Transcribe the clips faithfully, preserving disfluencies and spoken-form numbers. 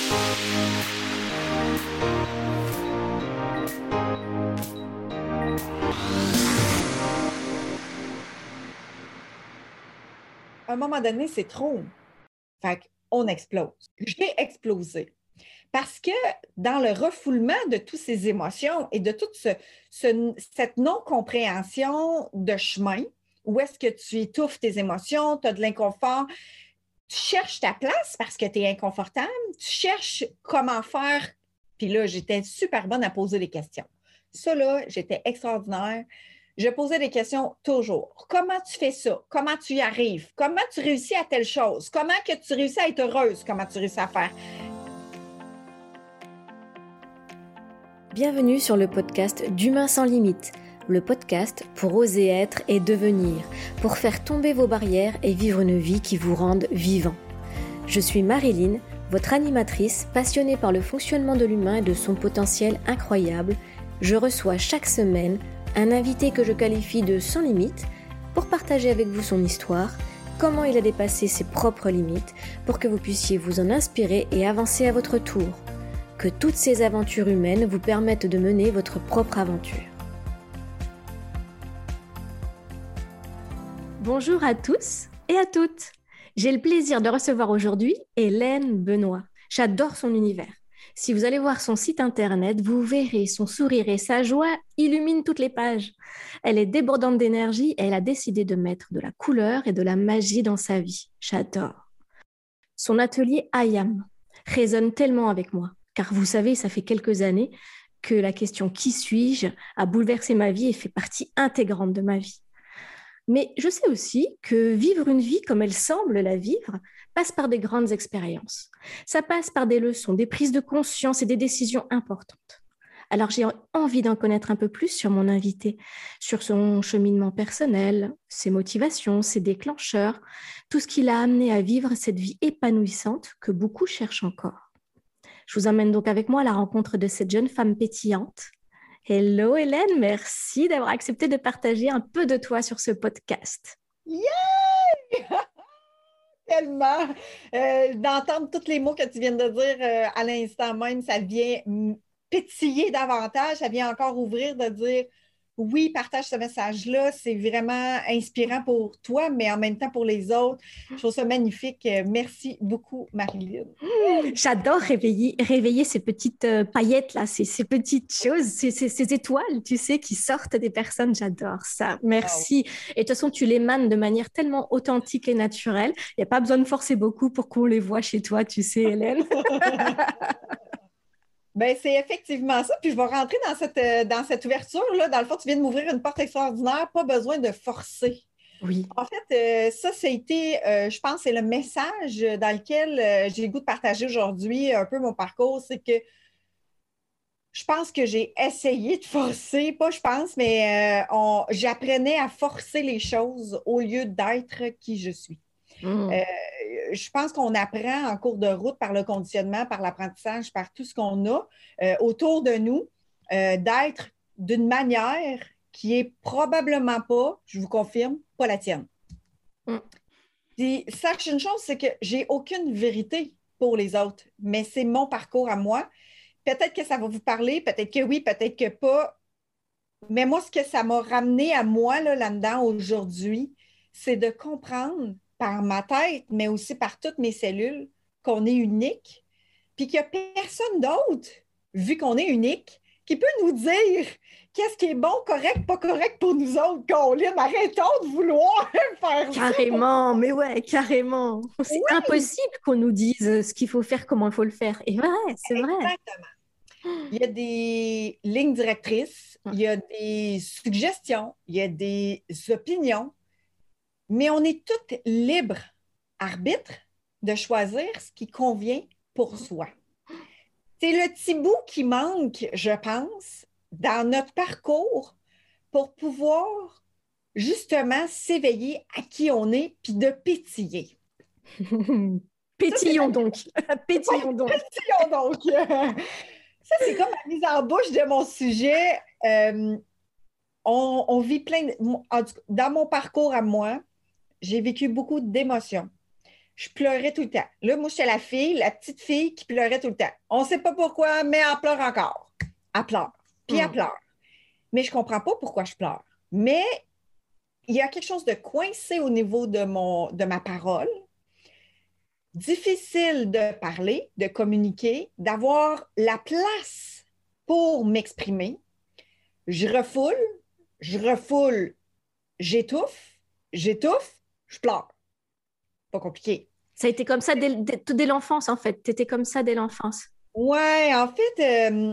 À un moment donné, c'est trop. Fait qu'on explose. J'ai explosé. Parce que dans le refoulement de toutes ces émotions et de toute ce, ce, cette non-compréhension de chemin, où est-ce que tu étouffes tes émotions, tu as de l'inconfort, tu cherches ta place parce que tu es inconfortable, tu cherches comment faire. Puis là, j'étais super bonne à poser des questions. Ça, là, j'étais extraordinaire. Je posais des questions toujours. Comment tu fais ça? Comment tu y arrives? Comment tu réussis à telle chose? Comment que tu réussis à être heureuse? Comment tu réussis à faire? Bienvenue sur le podcast d'Humain sans limite, le podcast pour oser être et devenir, pour faire tomber vos barrières et vivre une vie qui vous rende vivant. Je suis Marilyn, votre animatrice passionnée par le fonctionnement de l'humain et de son potentiel incroyable. Je reçois chaque semaine un invité que je qualifie de sans limite pour partager avec vous son histoire, comment il a dépassé ses propres limites pour que vous puissiez vous en inspirer et avancer à votre tour. Que toutes ces aventures humaines vous permettent de mener votre propre aventure. Bonjour à tous et à toutes. J'ai le plaisir de recevoir aujourd'hui Hélène Benoît. J'adore son univers. Si vous allez voir son site internet, vous verrez son sourire et sa joie illuminent toutes les pages. Elle est débordante d'énergie et elle a décidé de mettre de la couleur et de la magie dans sa vie. J'adore. Son atelier I A M résonne tellement avec moi. Car vous savez, ça fait quelques années que la question « Qui suis-je » a bouleversé ma vie et fait partie intégrante de ma vie. Mais je sais aussi que vivre une vie comme elle semble la vivre passe par des grandes expériences. Ça passe par des leçons, des prises de conscience et des décisions importantes. Alors j'ai envie d'en connaître un peu plus sur mon invité, sur son cheminement personnel, ses motivations, ses déclencheurs, tout ce qui l'a amené à vivre cette vie épanouissante que beaucoup cherchent encore. Je vous emmène donc avec moi à la rencontre de cette jeune femme pétillante. Hello Hélène, merci d'avoir accepté de partager un peu de toi sur ce podcast. Yeah! Tellement! Euh, d'entendre tous les mots que tu viens de dire euh, à l'instant même, ça vient pétiller davantage, ça vient encore ouvrir de dire oui, partage ce message-là, c'est vraiment inspirant pour toi, mais en même temps pour les autres. Je trouve ça magnifique. Merci beaucoup, Marilyn. Mmh, j'adore réveiller, réveiller ces petites euh, paillettes, là, ces, ces petites choses, ces, ces, ces étoiles, tu sais, qui sortent des personnes. J'adore ça. Merci. Wow. Et de toute façon, tu l'émanes de manière tellement authentique et naturelle. Il n'y a pas besoin de forcer beaucoup pour qu'on les voit chez toi, tu sais, Hélène. Ben, c'est effectivement ça. Puis je vais rentrer dans cette, dans cette ouverture-là. Dans le fond, tu viens de m'ouvrir une porte extraordinaire. Pas besoin de forcer. Oui. En fait, euh, ça, ça a été, euh, je pense, c'est le message dans lequel euh, j'ai le goût de partager aujourd'hui un peu mon parcours. C'est que je pense que j'ai essayé de forcer, pas je pense, mais euh, on, j'apprenais à forcer les choses au lieu d'être qui je suis. Mmh. Euh, je pense qu'on apprend en cours de route par le conditionnement, par l'apprentissage, par tout ce qu'on a euh, autour de nous, euh, d'être d'une manière qui est probablement pas, je vous confirme, pas la tienne. Mm. Puis, sache une chose, c'est que j'ai aucune vérité pour les autres, mais c'est mon parcours à moi. Peut-être que ça va vous parler, peut-être que oui, peut-être que pas. Mais moi, ce que ça m'a ramené à moi là, là-dedans aujourd'hui, c'est de comprendre par ma tête, mais aussi par toutes mes cellules, qu'on est unique, puis qu'il n'y a personne d'autre, vu qu'on est unique, qui peut nous dire qu'est-ce qui est bon, correct, pas correct pour nous autres. Colin, arrêtons de vouloir faire ça. Carrément, mais ouais, carrément. C'est Oui, impossible qu'on nous dise ce qu'il faut faire, comment il faut le faire. Et vrai, c'est vrai. exactement. Il y a des lignes directrices, il y a des suggestions, il y a des opinions, mais on est toutes libres, arbitres, de choisir ce qui convient pour soi. C'est le petit bout qui manque, je pense, dans notre parcours pour pouvoir justement s'éveiller à qui on est puis de pétiller. Pétillons donc. Pétillons donc. Pétillons donc. Ça, c'est comme la mise en bouche de mon sujet. Euh, on, on vit plein de... en tout cas, dans mon parcours à moi, j'ai vécu beaucoup d'émotions. je pleurais tout le temps. Là, moi, j'étais la fille, la petite fille qui pleurait tout le temps. On ne sait pas pourquoi, mais elle pleure encore. Elle pleure. Puis elle Mm. pleure. Mais je ne comprends pas pourquoi je pleure. Mais il y a quelque chose de coincé au niveau de, mon, de ma parole. Difficile de parler, de communiquer, d'avoir la place pour m'exprimer. Je refoule, je refoule, j'étouffe, j'étouffe, je pleure. Pas compliqué. Ça a été comme ça dès, dès, dès l'enfance, en fait. Tu étais comme ça dès l'enfance. Ouais, en fait, euh,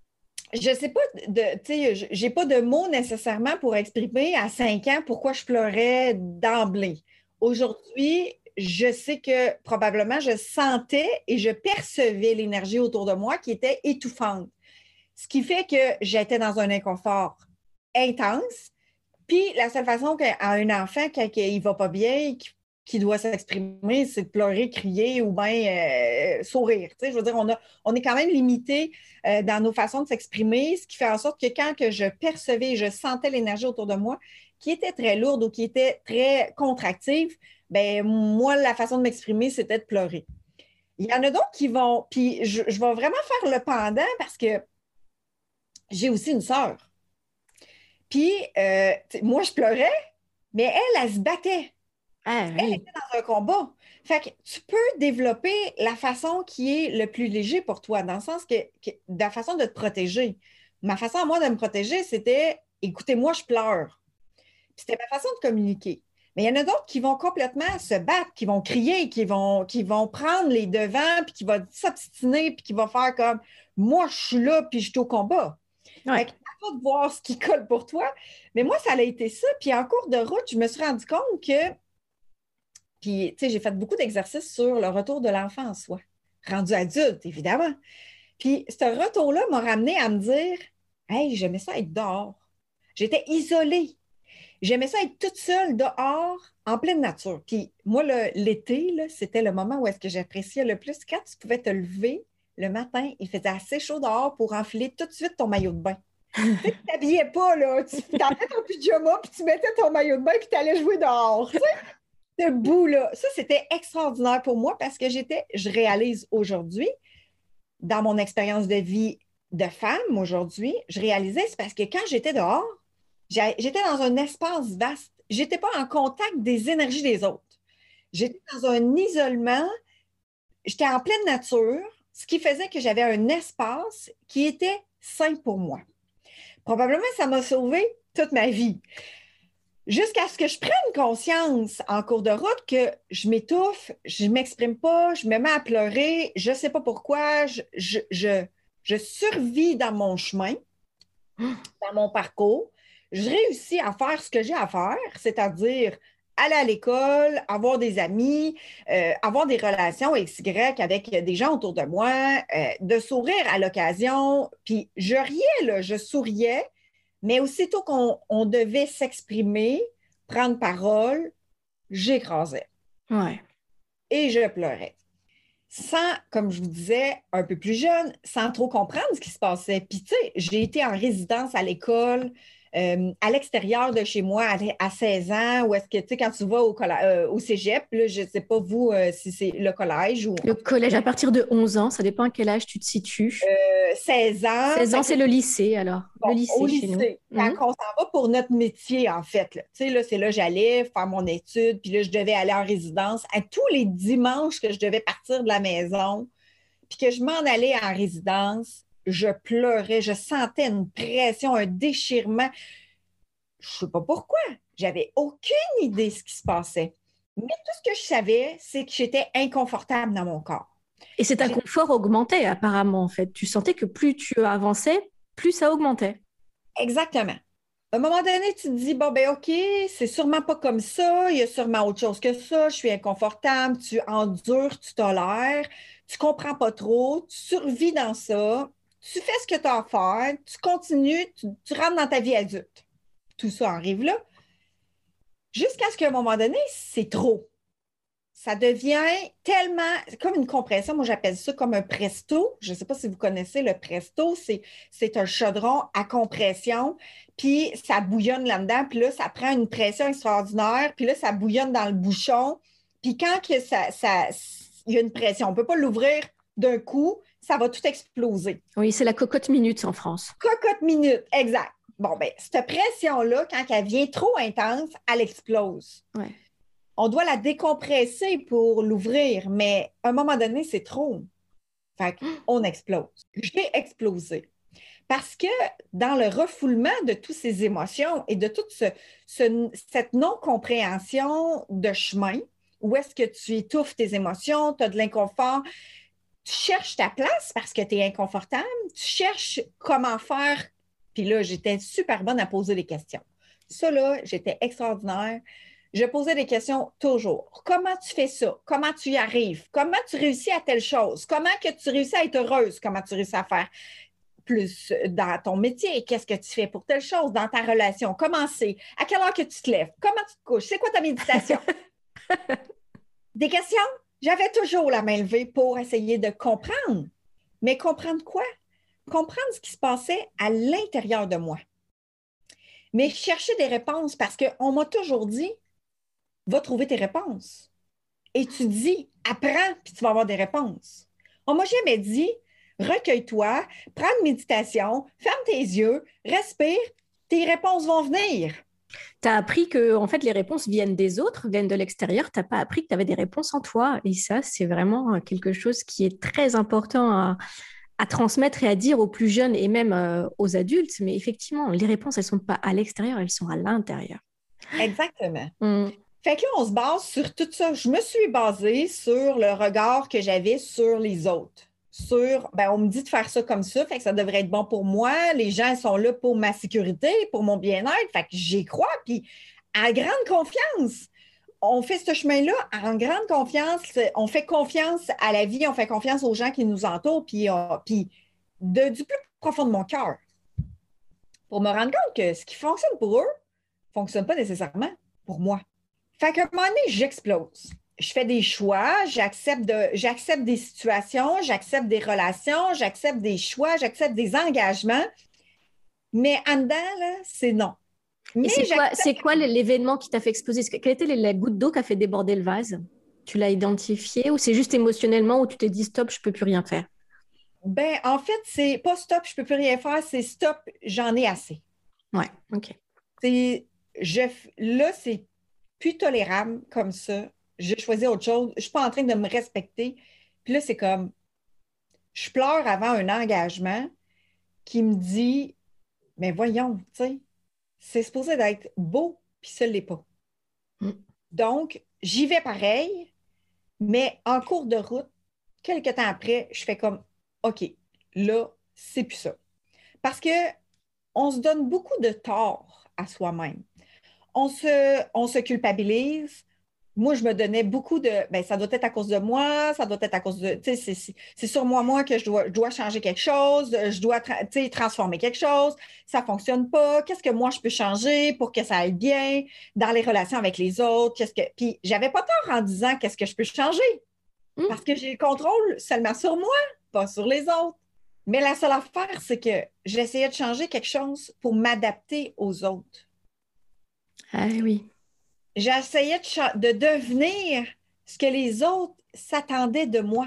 je sais pas, de, tu sais, j'ai pas de mots nécessairement pour exprimer à cinq ans pourquoi je pleurais d'emblée. Aujourd'hui, je sais que probablement je sentais et je percevais l'énergie autour de moi qui était étouffante. Ce qui fait que j'étais dans un inconfort intense. Puis la seule façon qu'à un enfant, quand il va pas bien, qui doit s'exprimer, c'est de pleurer, crier ou bien euh, sourire. Tu sais, je veux dire, on, a, on est quand même limité euh, dans nos façons de s'exprimer, ce qui fait en sorte que quand que je percevais, je sentais l'énergie autour de moi qui était très lourde ou qui était très contractive, ben moi, la façon de m'exprimer, c'était de pleurer. Il y en a d'autres qui vont, puis je, je vais vraiment faire le pendant parce que j'ai aussi une sœur. Puis, euh, moi, je pleurais, mais elle, elle se battait. Ah Elle oui. était dans un combat. Fait que tu peux développer la façon qui est le plus léger pour toi, dans le sens que, que de la façon de te protéger. Ma façon à moi de me protéger, c'était écoutez-moi, je pleure. Puis c'était ma façon de communiquer. Mais il y en a d'autres qui vont complètement se battre, qui vont crier, qui vont, qui vont prendre les devants, puis qui vont s'obstiner, puis qui vont faire comme moi, je suis là, puis je suis au combat. Ouais. Fait que, à toi de voir ce qui colle pour toi. Mais moi, ça a été ça. Puis en cours de route, je me suis rendu compte que puis, tu sais, j'ai fait beaucoup d'exercices sur le retour de l'enfant en soi, rendu adulte, évidemment. Puis, ce retour-là m'a ramené à me dire hey, j'aimais ça être dehors. J'étais isolée. J'aimais ça être toute seule dehors, en pleine nature. Puis, moi, le, l'été, là, c'était le moment où est-ce que j'appréciais le plus quand tu pouvais te lever le matin, il faisait assez chaud dehors pour enfiler tout de suite ton maillot de bain. Tu sais, tu ne t'habillais pas, là. Tu t'enlevais ton pyjama, puis tu mettais ton maillot de bain, puis tu allais jouer dehors. Tu sais? Ce bout-là, ça, c'était extraordinaire pour moi parce que j'étais, je réalise aujourd'hui, dans mon expérience de vie de femme aujourd'hui, je réalisais, c'est parce que quand j'étais dehors, j'étais dans un espace vaste. Je n'étais pas en contact des énergies des autres. J'étais dans un isolement, j'étais en pleine nature, ce qui faisait que j'avais un espace qui était sain pour moi. Probablement, ça m'a sauvé toute ma vie. Jusqu'à ce que je prenne conscience en cours de route que je m'étouffe, je ne m'exprime pas, je me mets à pleurer, je ne sais pas pourquoi, je, je, je, je survis dans mon chemin, dans mon parcours. Je réussis à faire ce que j'ai à faire, c'est-à-dire aller à l'école, avoir des amis, euh, avoir des relations X Y avec des gens autour de moi, euh, de sourire à l'occasion. Puis je riais, là, je souriais. Mais aussitôt qu'on on devait s'exprimer, prendre parole, j'écrasais. Ouais. Et je pleurais. Sans, comme je vous disais, un peu plus jeune, sans trop comprendre ce qui se passait. Puis, tu sais, j'ai été en résidence à l'école, euh, à l'extérieur de chez moi, à, à seize ans, ou est-ce que, tu sais, quand tu vas au, euh, au cégep, là, je ne sais pas, vous, euh, si c'est le collège ou... Le collège, à partir de onze ans, ça dépend à quel âge tu te situes. Euh, seize ans. seize ans, c'est le lycée, alors. Bon, le lycée au chez lycée, nous. quand Mmh. on s'en va pour notre métier, en fait. Là. Tu sais, là, c'est là que j'allais faire mon étude, puis là, je devais aller en résidence. À tous les dimanches que je devais partir de la maison, puis que je m'en allais en résidence, je pleurais, je sentais une pression, un déchirement. Je ne sais pas pourquoi. J'avais aucune idée de ce qui se passait. Mais tout ce que je savais, c'est que j'étais inconfortable dans mon corps. Et cet inconfort augmentait apparemment, en fait. Tu sentais que plus tu avançais, plus ça augmentait. Exactement. À un moment donné, tu te dis, bon, ben OK, c'est sûrement pas comme ça, il y a sûrement autre chose que ça, je suis inconfortable, tu endures, tu tolères, tu comprends pas trop, tu survis dans ça, tu fais ce que tu as à faire, tu continues, tu, tu rentres dans ta vie adulte. Tout ça arrive là. Jusqu'à ce qu'à un moment donné, c'est trop. Ça devient tellement, comme une compression, moi j'appelle ça comme un presto. Je ne sais pas si vous connaissez le presto, c'est, c'est un chaudron à compression, puis ça bouillonne là-dedans, puis là ça prend une pression extraordinaire, puis là ça bouillonne dans le bouchon, Puis quand que ça, ça, il y a une pression, on ne peut pas l'ouvrir d'un coup, ça va tout exploser. Oui, c'est la cocotte minute en France. Cocotte minute, exact. Bon, bien, cette pression-là, quand elle vient trop intense, elle explose. Ouais. On doit la décompresser pour l'ouvrir, mais à un moment donné, c'est trop. Fait qu'on explose. J'ai explosé. Parce que dans le refoulement de toutes ces émotions et de toute ce, ce, cette non-compréhension de chemin, où est-ce que tu étouffes tes émotions, tu as de l'inconfort, tu cherches ta place parce que tu es inconfortable, tu cherches comment faire. Puis là, j'étais super bonne à poser des questions. Ça, là, j'étais extraordinaire. Je posais des questions toujours. Comment tu fais ça? Comment tu y arrives? Comment tu réussis à telle chose? Comment que tu réussis à être heureuse? Comment tu réussis à faire plus dans ton métier? Qu'est-ce que tu fais pour telle chose dans ta relation? Comment c'est? À quelle heure que tu te lèves? Comment tu te couches? C'est quoi ta méditation? Des questions? J'avais toujours la main levée pour essayer de comprendre. Mais comprendre quoi? Comprendre ce qui se passait à l'intérieur de moi. Mais chercher des réponses parce qu'on m'a toujours dit, va trouver tes réponses. Étudie, apprends, puis tu vas avoir des réponses. On ne m'a jamais dit, recueille-toi, prends une méditation, ferme tes yeux, respire, tes réponses vont venir. Tu as appris que en fait, les réponses viennent des autres, viennent de l'extérieur. Tu n'as pas appris que tu avais des réponses en toi. Et ça, c'est vraiment quelque chose qui est très important à, à transmettre et à dire aux plus jeunes et même euh, aux adultes. Mais effectivement, les réponses, elles ne sont pas à l'extérieur, elles sont à l'intérieur. Exactement. Mm. Fait que là, on se base sur tout ça. Je me suis basée sur le regard que j'avais sur les autres. Sur, ben, on me dit de faire ça comme ça, fait que ça devrait être bon pour moi. Les gens sont là pour ma sécurité, pour mon bien-être. Fait que j'y crois, puis à grande confiance. On fait ce chemin-là en grande confiance. On fait confiance à la vie, on fait confiance aux gens qui nous entourent, puis, euh, puis de, du plus profond de mon cœur. Pour me rendre compte que ce qui fonctionne pour eux ne fonctionne pas nécessairement pour moi. Fait qu'à un moment donné, j'explose. Je fais des choix, j'accepte, de, j'accepte des situations, j'accepte des relations, j'accepte des choix, j'accepte des engagements. Mais en dedans, là, c'est non. Mais Et c'est quoi, c'est quoi l'événement qui t'a fait exploser? Quelle était la goutte d'eau qui a fait déborder le vase? Tu l'as identifié ou c'est juste émotionnellement où tu t'es dit stop, je ne peux plus rien faire? Ben, en fait, c'est pas stop, je peux plus rien faire, c'est stop, j'en ai assez. Ouais, OK. C'est, je, là, c'est plus tolérable comme ça. J'ai choisi autre chose. Je ne suis pas en train de me respecter. Puis là, c'est comme, je pleure avant un engagement qui me dit, mais voyons, tu sais, c'est supposé d'être beau, puis ça ne l'est pas. Mm. Donc, j'y vais pareil, mais en cours de route, quelques temps après, je fais comme, OK, là, c'est plus ça. Parce que on se donne beaucoup de tort à soi-même. On se, on se culpabilise. Moi, je me donnais beaucoup de, ben ça doit être à cause de moi, ça doit être à cause de, tu sais, c'est, c'est, c'est sur moi, moi, que je dois, je dois changer quelque chose, je dois, tra- tu sais, transformer quelque chose, ça ne fonctionne pas, qu'est-ce que moi, je peux changer pour que ça aille bien dans les relations avec les autres, qu'est-ce que, puis j'avais pas tort en disant qu'est-ce que je peux changer, Mm. parce que j'ai le contrôle seulement sur moi, pas sur les autres. Mais la seule affaire, c'est que j'essayais de changer quelque chose pour m'adapter aux autres. Ah oui. J'essayais de, cha- de devenir ce que les autres s'attendaient de moi.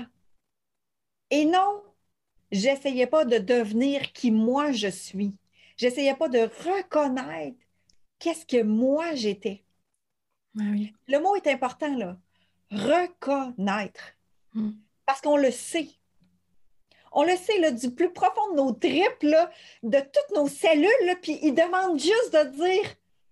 Et non, j'essayais pas de devenir qui moi je suis. J'essayais pas de reconnaître qu'est-ce que moi j'étais. Ah oui. Le mot est important, là. Reconnaître. Mm. Parce qu'on le sait. On le sait, là, du plus profond de nos tripes, là, de toutes nos cellules, là, puis il demande juste de dire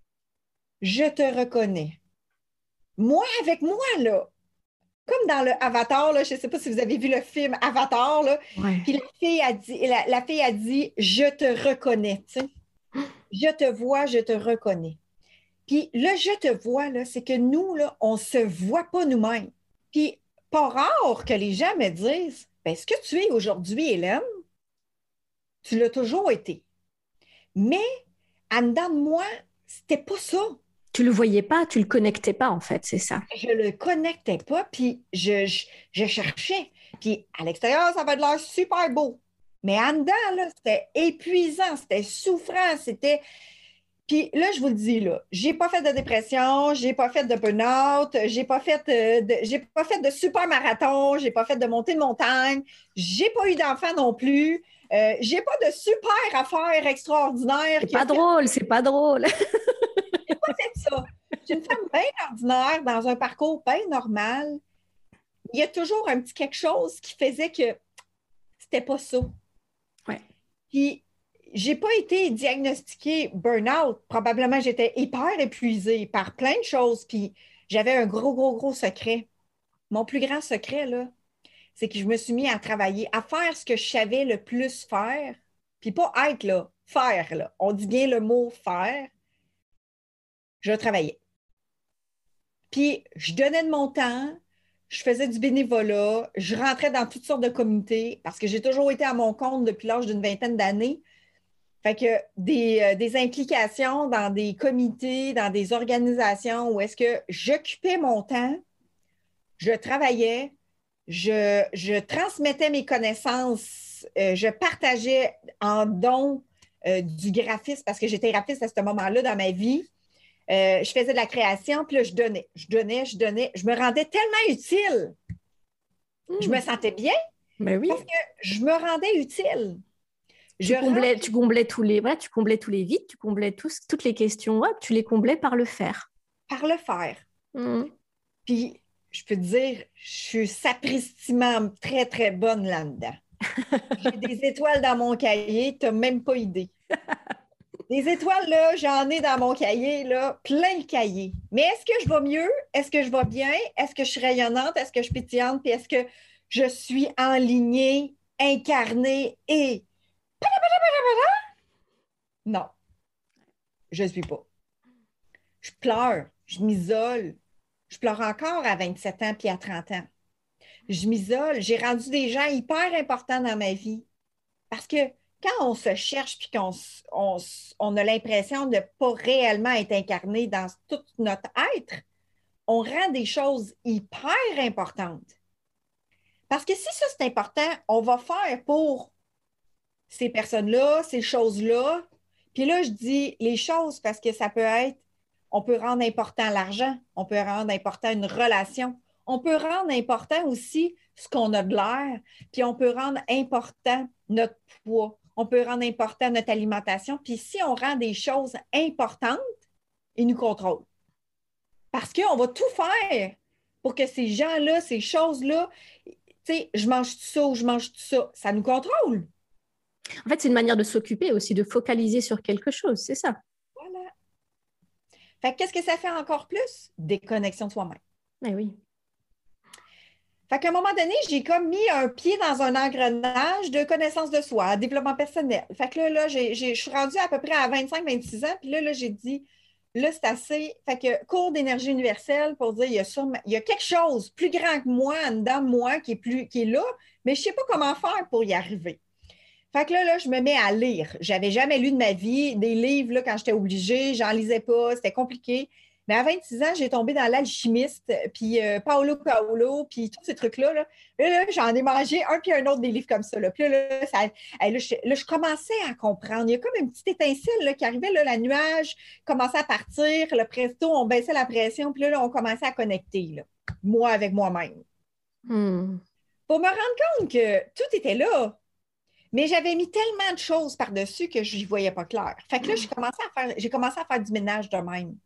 « Je te reconnais ». Moi, avec moi, là, comme dans le Avatar, là, je ne sais pas si vous avez vu le film Avatar, là, Ouais. puis la fille a dit, la, la fille a dit « Je te reconnais », tu sais. Je te vois, je te reconnais. Puis le « je te vois », là, c'est que nous, là, on ne se voit pas nous-mêmes. Puis pas rare que les gens me disent ben, « Ce que tu es aujourd'hui, Hélène, tu l'as toujours été. » Mais en dedans de moi, c'était pas ça. Tu le voyais pas, tu le connectais pas en fait, c'est ça. Je le connectais pas, puis je, je, je cherchais. Puis à l'extérieur, ça va de l'air super beau. Mais en dedans, là, c'était épuisant, c'était souffrant, c'était... Puis là, je vous le dis, là, j'ai pas fait de dépression, j'ai pas fait de burn-out, j'ai pas fait euh, de, j'ai pas fait de super marathon, j'ai pas fait de montée de montagne, j'ai pas eu d'enfant non plus, euh, j'ai pas de super affaires extraordinaires C'est qui a pas fait drôle, c'est pas drôle. ça. Je suis une femme bien ordinaire dans un parcours bien normal. Il y a toujours un petit quelque chose qui faisait que c'était pas ça. Ouais. Puis, j'ai pas été diagnostiquée burn-out. Probablement, j'étais hyper épuisée par plein de choses. Puis, j'avais un gros, gros, gros secret. Mon plus grand secret, là, c'est que je me suis mis à travailler, à faire ce que je savais le plus faire. Puis, pas être, là, faire, là. On dit bien le mot faire. Je travaillais. Puis, je donnais de mon temps, je faisais du bénévolat, je rentrais dans toutes sortes de communautés parce que j'ai toujours été à mon compte depuis l'âge d'une vingtaine d'années. Fait que des, euh, des implications dans des comités, dans des organisations où est-ce que j'occupais mon temps, je travaillais, je, je transmettais mes connaissances, euh, je partageais en don euh, du graphisme parce que j'étais graphiste à ce moment-là dans ma vie. Euh, je faisais de la création, puis là, je donnais, je donnais, je donnais. Je me rendais tellement utile. Je me Mmh. sentais bien Ben oui. parce que je me rendais utile. Je Tu comblais, remplis tu comblais tous les, voilà, tu comblais tous les vides, tu comblais tous, toutes les questions, hop, tu les comblais par le faire. par le faire. Mmh. Puis, je peux te dire, je suis sapristimement très, très bonne là-dedans. J'ai des étoiles dans mon cahier, tu n'as même pas idée. Des étoiles, là, j'en ai dans mon cahier, là, plein le cahier. Mais est-ce que je vais mieux? Est-ce que je vais bien? Est-ce que je suis rayonnante? Est-ce que je suis pétillante? Puis est-ce que je suis enlignée, incarnée et... Non, je ne suis pas. Je pleure, je m'isole. Je pleure encore à vingt-sept ans puis à trente ans. Je m'isole. J'ai rendu des gens hyper importants dans ma vie. Parce que quand on se cherche puis qu'on on, on a l'impression de ne pas réellement être incarné dans tout notre être, on rend des choses hyper importantes. Parce que si ça, c'est important, on va faire pour ces personnes-là, ces choses-là. Puis là, je dis les choses parce que ça peut être, on peut rendre important l'argent, on peut rendre important une relation, on peut rendre important aussi ce qu'on a de l'air, puis on peut rendre important notre poids, on peut rendre important notre alimentation. Puis si on rend des choses importantes, ils nous contrôlent. Parce qu'on va tout faire pour que ces gens-là, ces choses-là, tu sais, je mange tout ça ou je mange tout ça, ça nous contrôle. En fait, c'est une manière de s'occuper aussi, de focaliser sur quelque chose, c'est ça. Voilà. Fait que qu'est-ce que ça fait encore plus? Déconnexion de soi-même. Eh oui. Fait qu'à un moment donné, j'ai comme mis un pied dans un engrenage de connaissance de soi, développement personnel. Fait que là, là j'ai, j'ai, je suis rendue à peu près à vingt-cinq vingt-six ans, puis là, là, j'ai dit, là, c'est assez. Fait que cours d'énergie universelle pour dire, il y a, sûrement, il y a quelque chose plus grand que moi, en dedans de moi, qui est, plus, qui est là, mais je ne sais pas comment faire pour y arriver. Fait que là, là, je me mets à lire. J'avais jamais lu de ma vie des livres là, quand j'étais obligée. J'en lisais pas. C'était compliqué. Mais à vingt-six ans, j'ai tombé dans l'alchimiste, puis euh, Paolo Coelho, puis tous ces trucs-là. Là, là, là j'en ai mangé un puis un autre des livres comme ça. Là. Puis là, là, ça, là, je, là, je commençais à comprendre. Il y a comme une petite étincelle là, qui arrivait, là, la nuage commençait à partir. Le presto, on baissait la pression, puis là, là on commençait à connecter, là, moi avec moi-même. Hmm. Pour me rendre compte que tout était là. Mais j'avais mis tellement de choses par-dessus que je n'y voyais pas clair. Fait que là, j'ai commencé à faire, j'ai commencé à faire du ménage de même.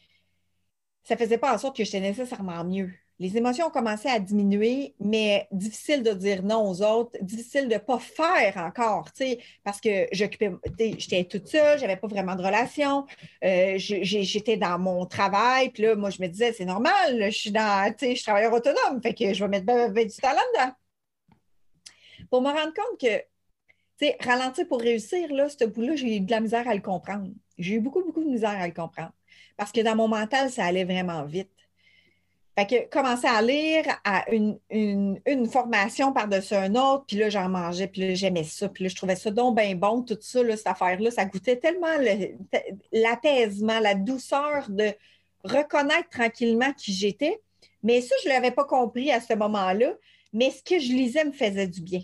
Ça ne faisait pas en sorte que j'étais nécessairement mieux. Les émotions ont commencé à diminuer, mais difficile de dire non aux autres, difficile de ne pas faire encore, parce que j'occupais, j'étais toute seule, je n'avais pas vraiment de relation, euh, j'étais dans mon travail, puis là, moi, je me disais, c'est normal, je suis dans, je suis travailleur autonome, fait que je vais mettre ben, ben, du talent dedans. Pour me rendre compte que tu sais, ralentir pour réussir, là, ce bout-là, j'ai eu de la misère à le comprendre. J'ai eu beaucoup, beaucoup de misère à le comprendre. Parce que dans mon mental, ça allait vraiment vite. Fait que commencer à lire à une, une, une formation par-dessus un autre, puis là, j'en mangeais, puis là, j'aimais ça, puis là, je trouvais ça donc bien bon, tout ça, là, cette affaire-là, ça goûtait tellement le, l'apaisement, la douceur de reconnaître tranquillement qui j'étais. Mais ça, je ne l'avais pas compris à ce moment-là, mais ce que je lisais me faisait du bien.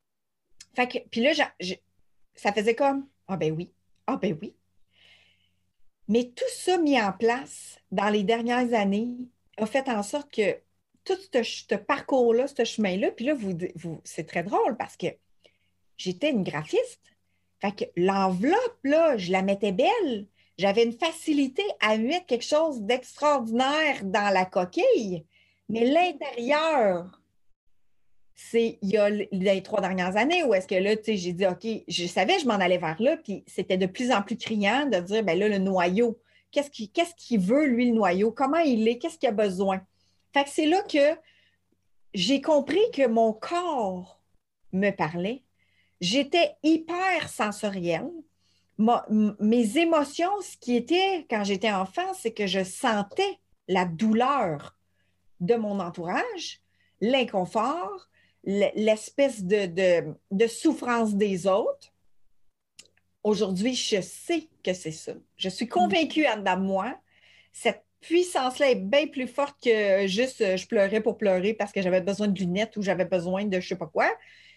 Fait que, puis là, je, je, ça faisait comme, ah ben oui, ah ben oui. Mais tout ça mis en place dans les dernières années a fait en sorte que tout ce, ce parcours-là, ce chemin-là, puis là, vous, vous, c'est très drôle parce que j'étais une graphiste. Fait que l'enveloppe, là, je la mettais belle. J'avais une facilité à mettre quelque chose d'extraordinaire dans la coquille. Mais l'intérieur, c'est il y a les trois dernières années où est-ce que là, tu sais, j'ai dit, OK, je savais que je m'en allais vers là, puis c'était de plus en plus criant de dire, bien là, le noyau, qu'est-ce qu'il qu'est-ce qu'il veut, lui, le noyau? Comment il est? Qu'est-ce qu'il a besoin? Fait que c'est là que j'ai compris que mon corps me parlait. J'étais hyper sensorielle. Ma, mes émotions, ce qui était quand j'étais enfant, c'est que je sentais la douleur de mon entourage, l'inconfort, l'espèce de, de, de souffrance des autres. Aujourd'hui, je sais que c'est ça. Je suis convaincue en dedans de moi. Cette puissance-là est bien plus forte que juste je pleurais pour pleurer parce que j'avais besoin de lunettes ou j'avais besoin de je ne sais pas quoi.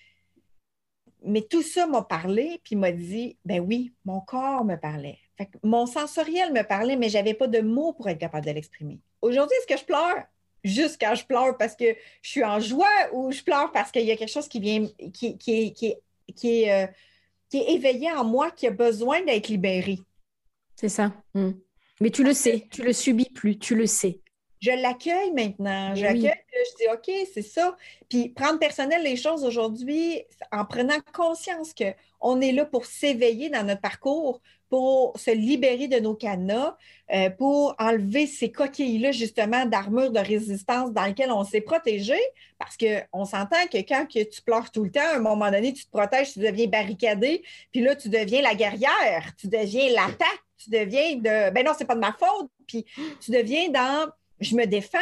Mais tout ça m'a parlé, puis m'a dit, ben oui, mon corps me parlait. Fait que mon sensoriel me parlait, mais je n'avais pas de mots pour être capable de l'exprimer. Aujourd'hui, est-ce que je pleure? Juste quand je pleure parce que je suis en joie ou je pleure parce qu'il y a quelque chose qui vient, qui, qui, est, qui, est, qui, est, euh, qui est éveillé en moi, qui a besoin d'être libéré. C'est ça. Mmh. Mais tu le sais, tu le subis plus, tu le sais. Je l'accueille maintenant. Je l'accueille, oui. Je dis OK, c'est ça. Puis prendre personnel les choses aujourd'hui en prenant conscience qu'on est là pour s'éveiller dans notre parcours, pour se libérer de nos cadenas, euh, pour enlever ces coquilles-là, justement, d'armure de résistance dans lesquelles on s'est protégé. Parce qu'on s'entend que quand que tu pleures tout le temps, à un moment donné, tu te protèges, tu deviens barricadé, puis là, tu deviens la guerrière, tu deviens l'attaque, tu deviens de ben non, c'est pas de ma faute, puis tu deviens dans je me défends.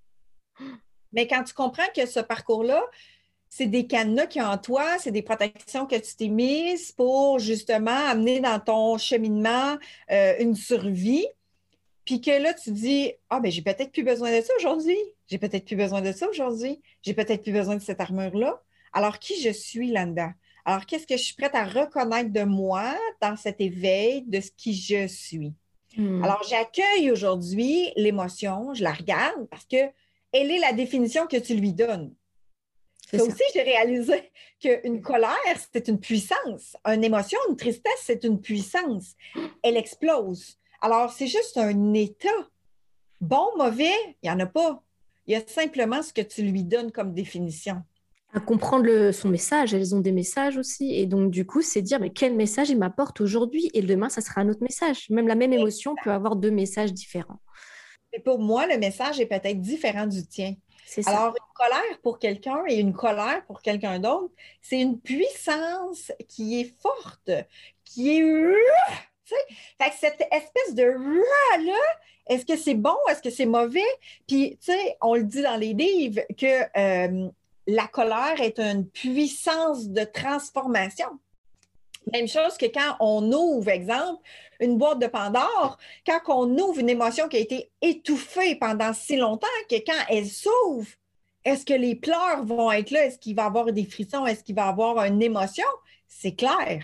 Mais quand tu comprends que ce parcours-là, c'est des cadenas qu'il y a en toi, c'est des protections que tu t'es mises pour justement amener dans ton cheminement euh, une survie, puis que là, tu dis « Ah, ben j'ai peut-être plus besoin de ça aujourd'hui. J'ai peut-être plus besoin de ça aujourd'hui. J'ai peut-être plus besoin de cette armure-là. Alors, qui je suis là-dedans? Alors, qu'est-ce que je suis prête à reconnaître de moi dans cet éveil de ce qui je suis? » Mmh. Alors, j'accueille aujourd'hui l'émotion, je la regarde parce qu'elle est la définition que tu lui donnes. Ça, ça aussi, j'ai réalisé qu'une colère, c'est une puissance. Une émotion, une tristesse, c'est une puissance. Elle explose. Alors, c'est juste un état. Bon, mauvais, il n'y en a pas. Il y a simplement ce que tu lui donnes comme définition. À comprendre le, son message, elles ont des messages aussi. Et donc, du coup, c'est dire, mais quel message il m'apporte aujourd'hui? Et demain, ça sera un autre message. Même la même émotion peut avoir deux messages différents. Et pour moi, le message est peut-être différent du tien. C'est ça. Alors, une colère pour quelqu'un et une colère pour quelqu'un d'autre, c'est une puissance qui est forte, qui est... Tu sais, fait que cette espèce de là, est-ce que c'est bon, est-ce que c'est mauvais? Puis, tu sais, on le dit dans les livres que euh, la colère est une puissance de transformation. Même chose que quand on ouvre, exemple, une boîte de Pandore, quand on ouvre une émotion qui a été étouffée pendant si longtemps que quand elle s'ouvre, est-ce que les pleurs vont être là? Est-ce qu'il va y avoir des frissons? Est-ce qu'il va y avoir une émotion? C'est clair.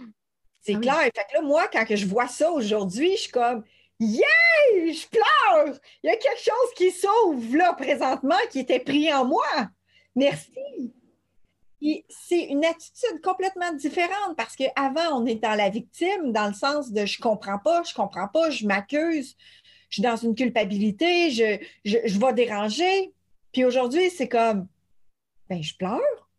C'est ah, clair. Oui. Fait que là, moi, quand que je vois ça aujourd'hui, je suis comme yeah! Je pleure! Il y a quelque chose qui s'ouvre là présentement qui était pris en moi. Merci. Et c'est une attitude complètement différente parce qu'avant, on est dans la victime, dans le sens de je comprends pas, je comprends pas, je m'accuse, je suis dans une culpabilité, je, je, je vais déranger. Puis aujourd'hui, c'est comme ben je pleure.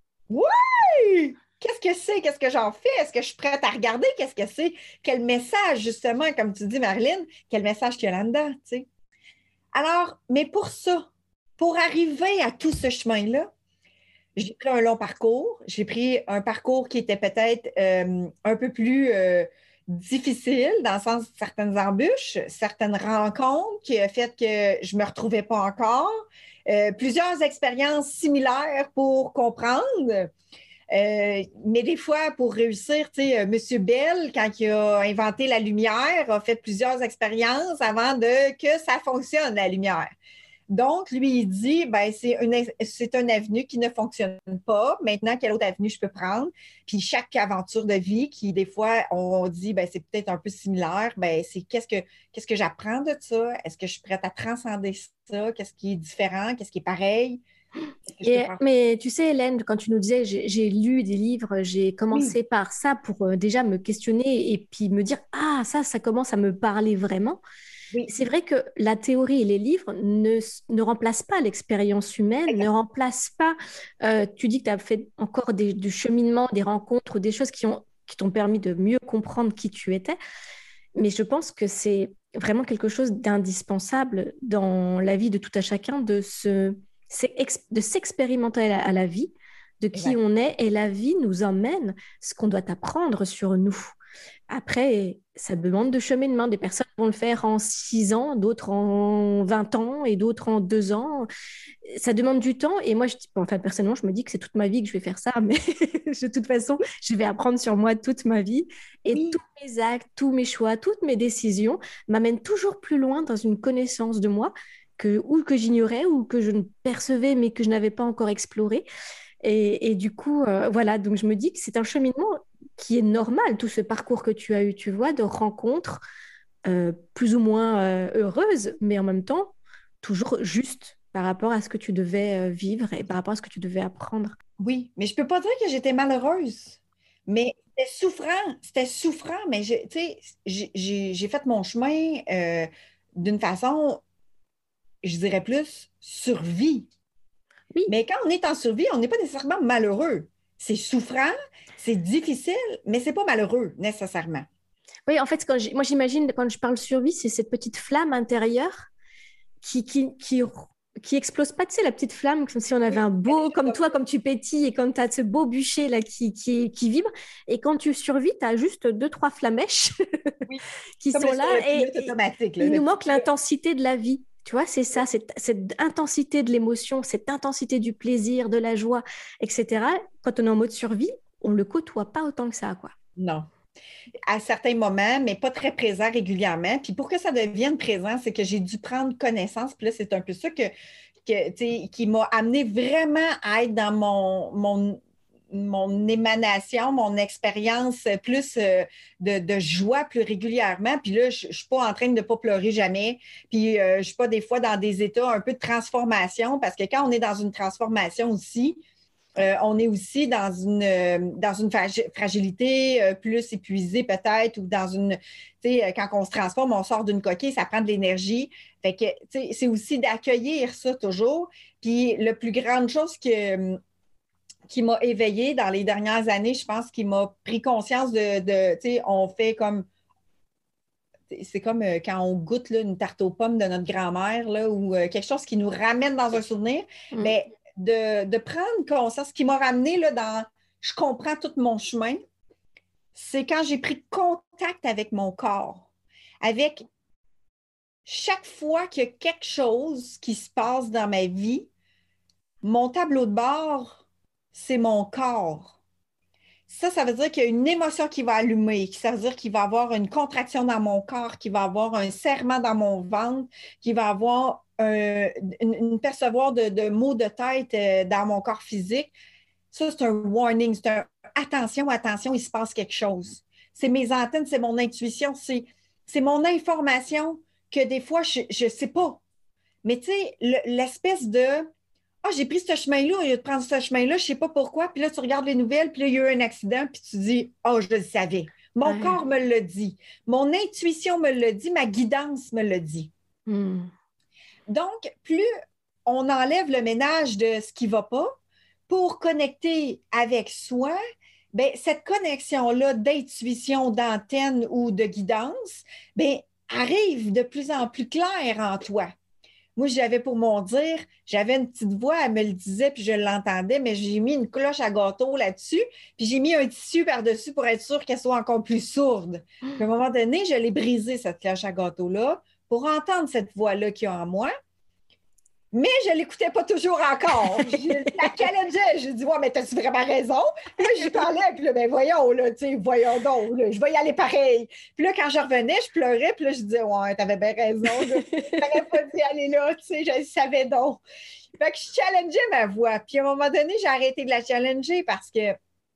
Oui! Qu'est-ce que c'est? Qu'est-ce que j'en fais? Est-ce que je suis prête à regarder? Qu'est-ce que c'est? Quel message, justement, comme tu dis, Marilyn, quel message qu'il y a là-dedans, tu sais? Alors, mais pour ça, pour arriver à tout ce chemin-là, j'ai pris un long parcours. J'ai pris un parcours qui était peut-être euh, un peu plus euh, difficile, dans le sens de certaines embûches, certaines rencontres qui ont fait que je ne me retrouvais pas encore, euh, plusieurs expériences similaires pour comprendre. Euh, mais des fois, pour réussir, tu sais, M. Bell, quand il a inventé la lumière, a fait plusieurs expériences avant de que ça fonctionne, la lumière. Donc, lui, il dit, ben, c'est une, c'est une avenue qui ne fonctionne pas. Maintenant, quelle autre avenue je peux prendre? Puis chaque aventure de vie qui, des fois, on dit, ben, c'est peut-être un peu similaire, ben, c'est qu'est-ce que, qu'est-ce que j'apprends de ça? Est-ce que je suis prête à transcender ça? Qu'est-ce qui est différent? Qu'est-ce qui est pareil? Qu'est-ce que je peux Et, faire? mais tu sais, Hélène, quand tu nous disais, j'ai j'ai lu des livres, j'ai Oui, commencé par ça pour euh, déjà me questionner et puis me dire, ah, ça, ça commence à me parler vraiment. oui, C'est vrai que la théorie et les livres ne, s- ne remplacent pas l'expérience humaine, ne exact. remplacent pas, euh, tu dis que tu as fait encore des, du cheminement, des rencontres, des choses qui ont, qui t'ont permis de mieux comprendre qui tu étais. Mais je pense que c'est vraiment quelque chose d'indispensable dans la vie de tout à chacun de se, c'est ex- de s'expérimenter à la, à la vie, de qui Exact. on est, et la vie nous emmène ce qu'on doit apprendre sur nous. Après, ça demande de cheminement. Des personnes vont le faire en six ans, d'autres en vingt ans et d'autres en deux ans. Ça demande du temps. Et moi, je, enfin, personnellement, je me dis que c'est toute ma vie que je vais faire ça. Mais de toute façon, je vais apprendre sur moi toute ma vie. Et tous Oui, mes actes, tous mes choix, toutes mes décisions m'amènent toujours plus loin dans une connaissance de moi que, ou que j'ignorais ou que je ne percevais mais que je n'avais pas encore exploré. Et, et du coup, euh, voilà, donc je me dis que c'est un cheminement qui est normal, tout ce parcours que tu as eu, tu vois, de rencontres euh, plus ou moins euh, heureuses, mais en même temps, toujours juste par rapport à ce que tu devais euh, vivre et par rapport à ce que tu devais apprendre. oui. Mais je peux pas dire que j'étais malheureuse. Mais c'était souffrant. C'était souffrant. Mais je- tu sais, j'ai j'ai- j'ai fait mon chemin euh, d'une façon, je dirais plus, survie. Oui, Mais quand on est en survie, on n'est pas nécessairement malheureux. C'est souffrant, c'est difficile, mais c'est pas malheureux nécessairement. oui, en fait, quand j'ai- moi j'imagine quand je parle survie, c'est cette petite flamme intérieure qui, qui, qui, qui explose pas, tu sais, la petite flamme, comme si on avait Oui, un elle est beau, juste comme pas- toi, comme tu pétilles et comme tu as ce beau bûcher là qui, qui, qui vibre. Et quand tu survis, tu as juste deux, trois flamèches oui. qui Comme le, sont là le et, pilote et automatique, là, il le nous petit manque pilote. l'intensité de la vie. Tu vois, c'est ça, cette, cette intensité de l'émotion, cette intensité du plaisir, de la joie, et cetera. Quand on est en mode survie, on le côtoie pas autant que ça, quoi. Non. À certains moments, mais pas très présent régulièrement. Puis pour que ça devienne présent, c'est que j'ai dû prendre connaissance. Puis là, c'est un peu ça que, que, tu sais, qui m'a amené vraiment à être dans mon, mon, mon émanation, mon expérience plus euh, de, de joie plus régulièrement. Puis là, je ne suis pas en train de ne pas pleurer jamais. Puis euh, je ne suis pas des fois dans des états un peu de transformation parce que quand on est dans une transformation aussi, euh, on est aussi dans une, euh, dans une fragilité euh, plus épuisée peut-être ou dans une, tu sais, quand on se transforme, on sort d'une coquille, ça prend de l'énergie. Fait que, tu sais, c'est aussi d'accueillir ça toujours. Puis, la plus grande chose que, qui m'a éveillée dans les dernières années, je pense, qui m'a pris conscience de, de tu sais, on fait comme, c'est comme euh, quand on goûte là, une tarte aux pommes de notre grand-mère là, ou euh, quelque chose qui nous ramène dans un souvenir, Mm. mais de, de prendre conscience, ce qui m'a ramené là, dans je comprends tout mon chemin, c'est quand j'ai pris contact avec mon corps, avec chaque fois qu'il y a quelque chose qui se passe dans ma vie, mon tableau de bord, c'est mon corps. Ça, ça veut dire qu'il y a une émotion qui va allumer, ça veut dire qu'il va y avoir une contraction dans mon corps, qu'il va y avoir un serrement dans mon ventre, qu'il va y avoir euh, une, une percevoir de, de maux de tête euh, dans mon corps physique. Ça, c'est un warning, c'est un attention, attention, il se passe quelque chose. C'est mes antennes, c'est mon intuition, c'est, c'est mon information que des fois, je ne sais pas. Mais tu sais, l'espèce de ah, j'ai pris ce chemin-là, au lieu de prendre ce chemin-là, je ne sais pas pourquoi. Puis là, tu regardes les nouvelles, puis là, il y a eu un accident, puis tu dis, oh, je le savais. Mon Ouais. corps me le dit. Mon intuition me le dit. Ma guidance me le dit. Mm. Donc, plus on enlève le ménage de ce qui ne va pas pour connecter avec soi, bien, cette connexion-là d'intuition, d'antenne ou de guidance, bien, arrive de plus en plus claire en toi. Moi, j'avais pour mon dire, j'avais une petite voix, elle me le disait, puis je l'entendais, mais j'ai mis une cloche à gâteau là-dessus, puis j'ai mis un tissu par-dessus pour être sûre qu'elle soit encore plus sourde. Puis à un moment donné, je l'ai brisée, cette cloche à gâteau-là, pour entendre cette voix-là qu'il y a en moi. Mais je ne l'écoutais pas toujours encore. Je la challengeais. J'ai dit, ouais, mais t'as-tu vraiment raison? Puis là, j'y parlais, puis là, ben voyons, là, tu sais, voyons donc, là, je vais y aller pareil. Puis là, quand je revenais, je pleurais, puis là, je disais, ouais, t'avais bien raison, je n'aurais pas dû aller là, tu sais, je le savais donc. Fait que je challengeais ma voix. Puis à un moment donné, j'ai arrêté de la challenger parce que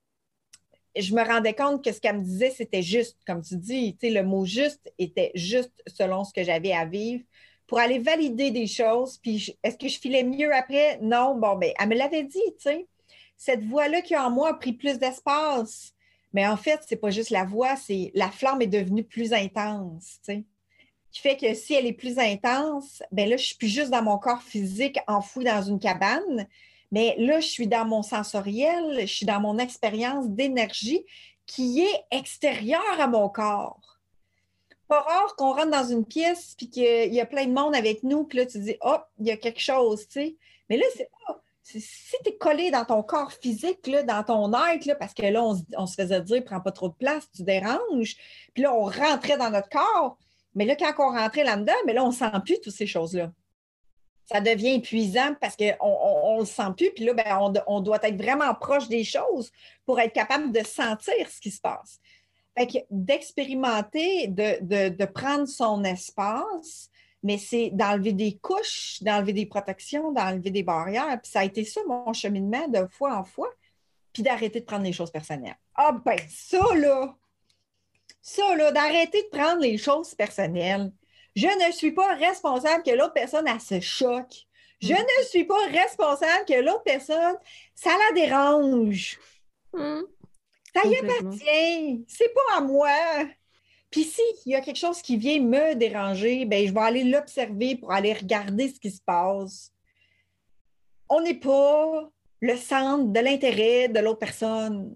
je me rendais compte que ce qu'elle me disait, c'était juste, comme tu dis, tu sais, le mot juste était juste selon ce que j'avais à vivre pour aller valider des choses. Puis, est-ce que je filais mieux après? Non. Bon, bien, elle me l'avait dit, tu sais. Cette voix-là qui a en moi a pris plus d'espace. Mais en fait, c'est pas juste la voix, c'est la flamme est devenue plus intense, tu sais. Qui fait que si elle est plus intense, bien là, je suis plus juste dans mon corps physique enfoui dans une cabane, mais là, je suis dans mon sensoriel, je suis dans mon expérience d'énergie qui est extérieure à mon corps. Pas rare qu'on rentre dans une pièce puis qu'il y a plein de monde avec nous, puis là, tu dis, oh, il y a quelque chose, tu sais. Mais là, c'est pas. Si tu es collé dans ton corps physique, là, dans ton être, là, parce que là, on, on se faisait dire, prends pas trop de place, tu déranges. Puis là, on rentrait dans notre corps. Mais là, quand on rentrait là-dedans, mais là, on ne sent plus toutes ces choses-là. Ça devient épuisant parce qu'on ne le sent plus. Puis là, ben, on, on doit être vraiment proche des choses pour être capable de sentir ce qui se passe. Fait que d'expérimenter, de, de, de prendre son espace, mais c'est d'enlever des couches, d'enlever des protections, d'enlever des barrières. Puis ça a été ça, mon cheminement de fois en fois, puis d'arrêter de prendre les choses personnelles. Ah ben ça, là! Ça, là, d'arrêter de prendre les choses personnelles. Je ne suis pas responsable que l'autre personne, elle se choque. Je mm. ne suis pas responsable que l'autre personne, ça la dérange. Mm. Ça y appartient. C'est pas à moi. Puis s'il y a quelque chose qui vient me déranger, ben, je vais aller l'observer pour aller regarder ce qui se passe. On n'est pas le centre de l'intérêt de l'autre personne.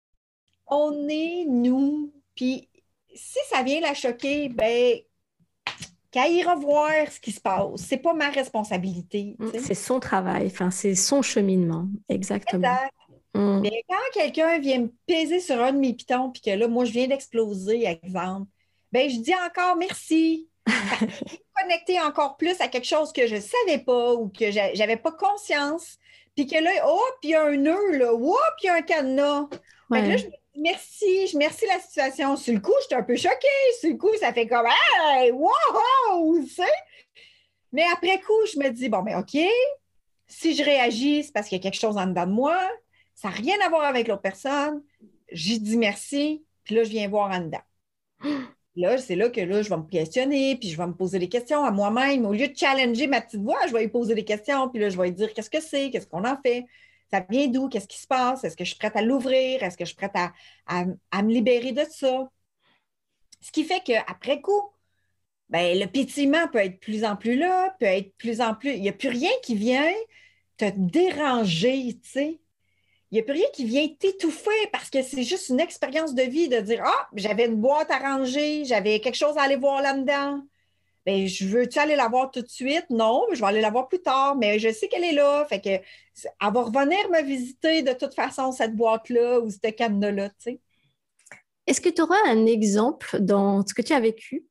On est nous. Puis si ça vient la choquer, ben, qu'elle ira voir ce qui se passe. C'est pas ma responsabilité. T'sais. C'est son travail, enfin, c'est son cheminement, exactement. Exact. Mm. Mais quand quelqu'un vient me peser sur un de mes pitons, puis que là, moi, je viens d'exploser, exemple, ben, je dis encore merci. Je suis connectée encore plus à quelque chose que je ne savais pas ou que je n'avais pas conscience. Puis que là, oh, puis il y a un nœud, là, oh, puis il y a un cadenas. Ouais. Fait que là, je me dis merci, je merci la situation. Sur le coup, j'étais un peu choquée. Sur le coup, ça fait comme hey, wow, tu sais. Mais après coup, je me dis, bon, ben OK, si je réagis, c'est parce qu'il y a quelque chose en dedans de moi. Ça n'a rien à voir avec l'autre personne. J'y dis merci, puis là, je viens voir en dedans. Là, c'est là que là, je vais me questionner, puis je vais me poser des questions à moi-même. Au lieu de challenger ma petite voix, je vais lui poser des questions, puis là, je vais lui dire qu'est-ce que c'est, qu'est-ce qu'on en fait, ça vient d'où, qu'est-ce qui se passe, est-ce que je suis prête à l'ouvrir, est-ce que je suis prête à, à, à me libérer de ça. Ce qui fait qu'après coup, ben, le pétillement peut être de plus en plus là, peut être de plus en plus... Il n'y a plus rien qui vient te déranger, tu sais. Il n'y a plus rien qui vient t'étouffer parce que c'est juste une expérience de vie de dire « Ah, j'avais une boîte à ranger, j'avais quelque chose à aller voir là-dedans. Bien, je veux-tu aller la voir tout de suite? Non, je vais aller la voir plus tard, mais je sais qu'elle est là. Fait que elle va revenir me visiter de toute façon, cette boîte-là ou ce cadenas-là, tu sais. » Est-ce que tu auras un exemple dans ce que tu as vécu,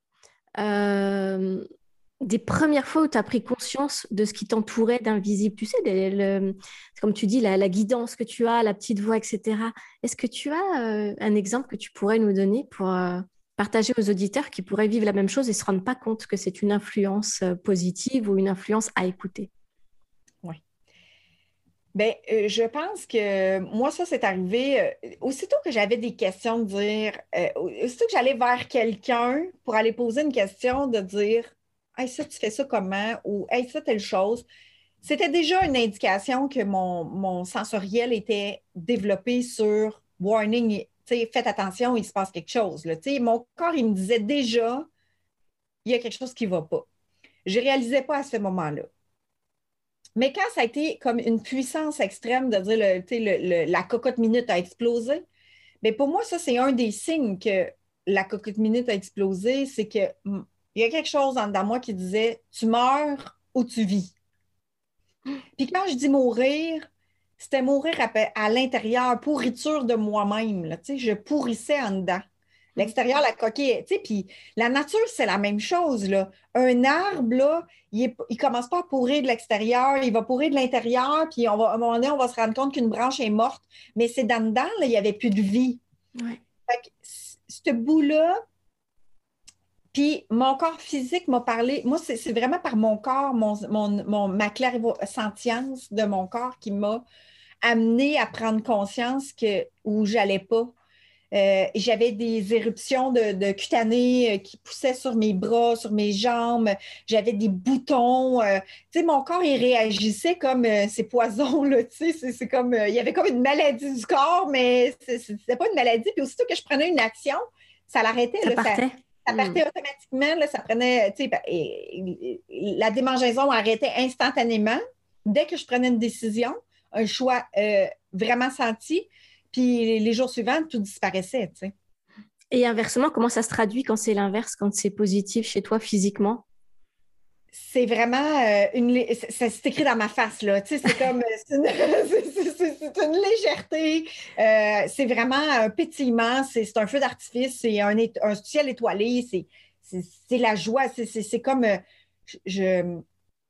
euh, des premières fois où tu as pris conscience de ce qui t'entourait d'invisible, tu sais, le, le, comme tu dis, la, la guidance que tu as, la petite voix, et cetera. Est-ce que tu as euh, un exemple que tu pourrais nous donner pour euh, partager aux auditeurs qui pourraient vivre la même chose et ne se rendent pas compte que c'est une influence euh, positive ou une influence à écouter? Oui. Bien, euh, je pense que moi, ça, c'est arrivé euh, aussitôt que j'avais des questions de dire, euh, aussitôt que j'allais vers quelqu'un pour aller poser une question, de dire hey, ça, tu fais ça comment? Ou hey, ça, telle chose. C'était déjà une indication que mon, mon sensoriel était développé sur warning, faites attention, il se passe quelque chose. Là, mon corps, il me disait déjà, il y a quelque chose qui ne va pas. Je ne réalisais pas à ce moment-là. Mais quand ça a été comme une puissance extrême de dire le, le, le, la cocotte minute a explosé, bien pour moi, ça, c'est un des signes que la cocotte minute a explosé, c'est que il y a quelque chose en dedans de moi qui disait « tu meurs ou tu vis ». Puis quand je dis mourir, c'était mourir à, à l'intérieur, pourriture de moi-même. Là, je pourrissais en dedans. L'extérieur, la coquille, tu sais, puis la nature, c'est la même chose, là. Un arbre, là, il ne commence pas à pourrir de l'extérieur, il va pourrir de l'intérieur, puis on va, à un moment donné, on va se rendre compte qu'une branche est morte, mais c'est dans dedans, là, il n'y avait plus de vie. Ouais. Fait que ce bout-là, puis mon corps physique m'a parlé, moi, c'est c'est vraiment par mon corps, mon, mon, mon, ma clairvoyance de mon corps qui m'a amené à prendre conscience que où j'allais pas. Euh, j'avais des éruptions de, de cutanées euh, qui poussaient sur mes bras, sur mes jambes. J'avais des boutons. Euh, tu sais, mon corps, il réagissait comme euh, ces poisons, là, tu sais. C'est, c'est comme, euh, il y avait comme une maladie du corps, mais c'est- c'était pas une maladie. Puis aussitôt que je prenais une action, ça l'arrêtait, Ça là, ça, partait. ça Mm. partait automatiquement, là, ça prenait, tu sais, ben, et- et- la démangeaison arrêtait instantanément dès que je prenais une décision, un choix euh, vraiment senti. Puis les jours suivants, tout disparaissait, tu sais. Et inversement, comment ça se traduit quand c'est l'inverse, quand c'est positif chez toi physiquement? C'est vraiment euh, une... lé- c'est c'est- c'est écrit dans ma face, là. Tu sais, c'est comme... euh, C'est une, c'est- c'est- c'est une légèreté. Euh, c'est vraiment un pétillement. C'est c'est un feu d'artifice. C'est un, ét- un ciel étoilé. C'est c'est- c'est la joie. C'est c'est- c'est comme... euh, je, je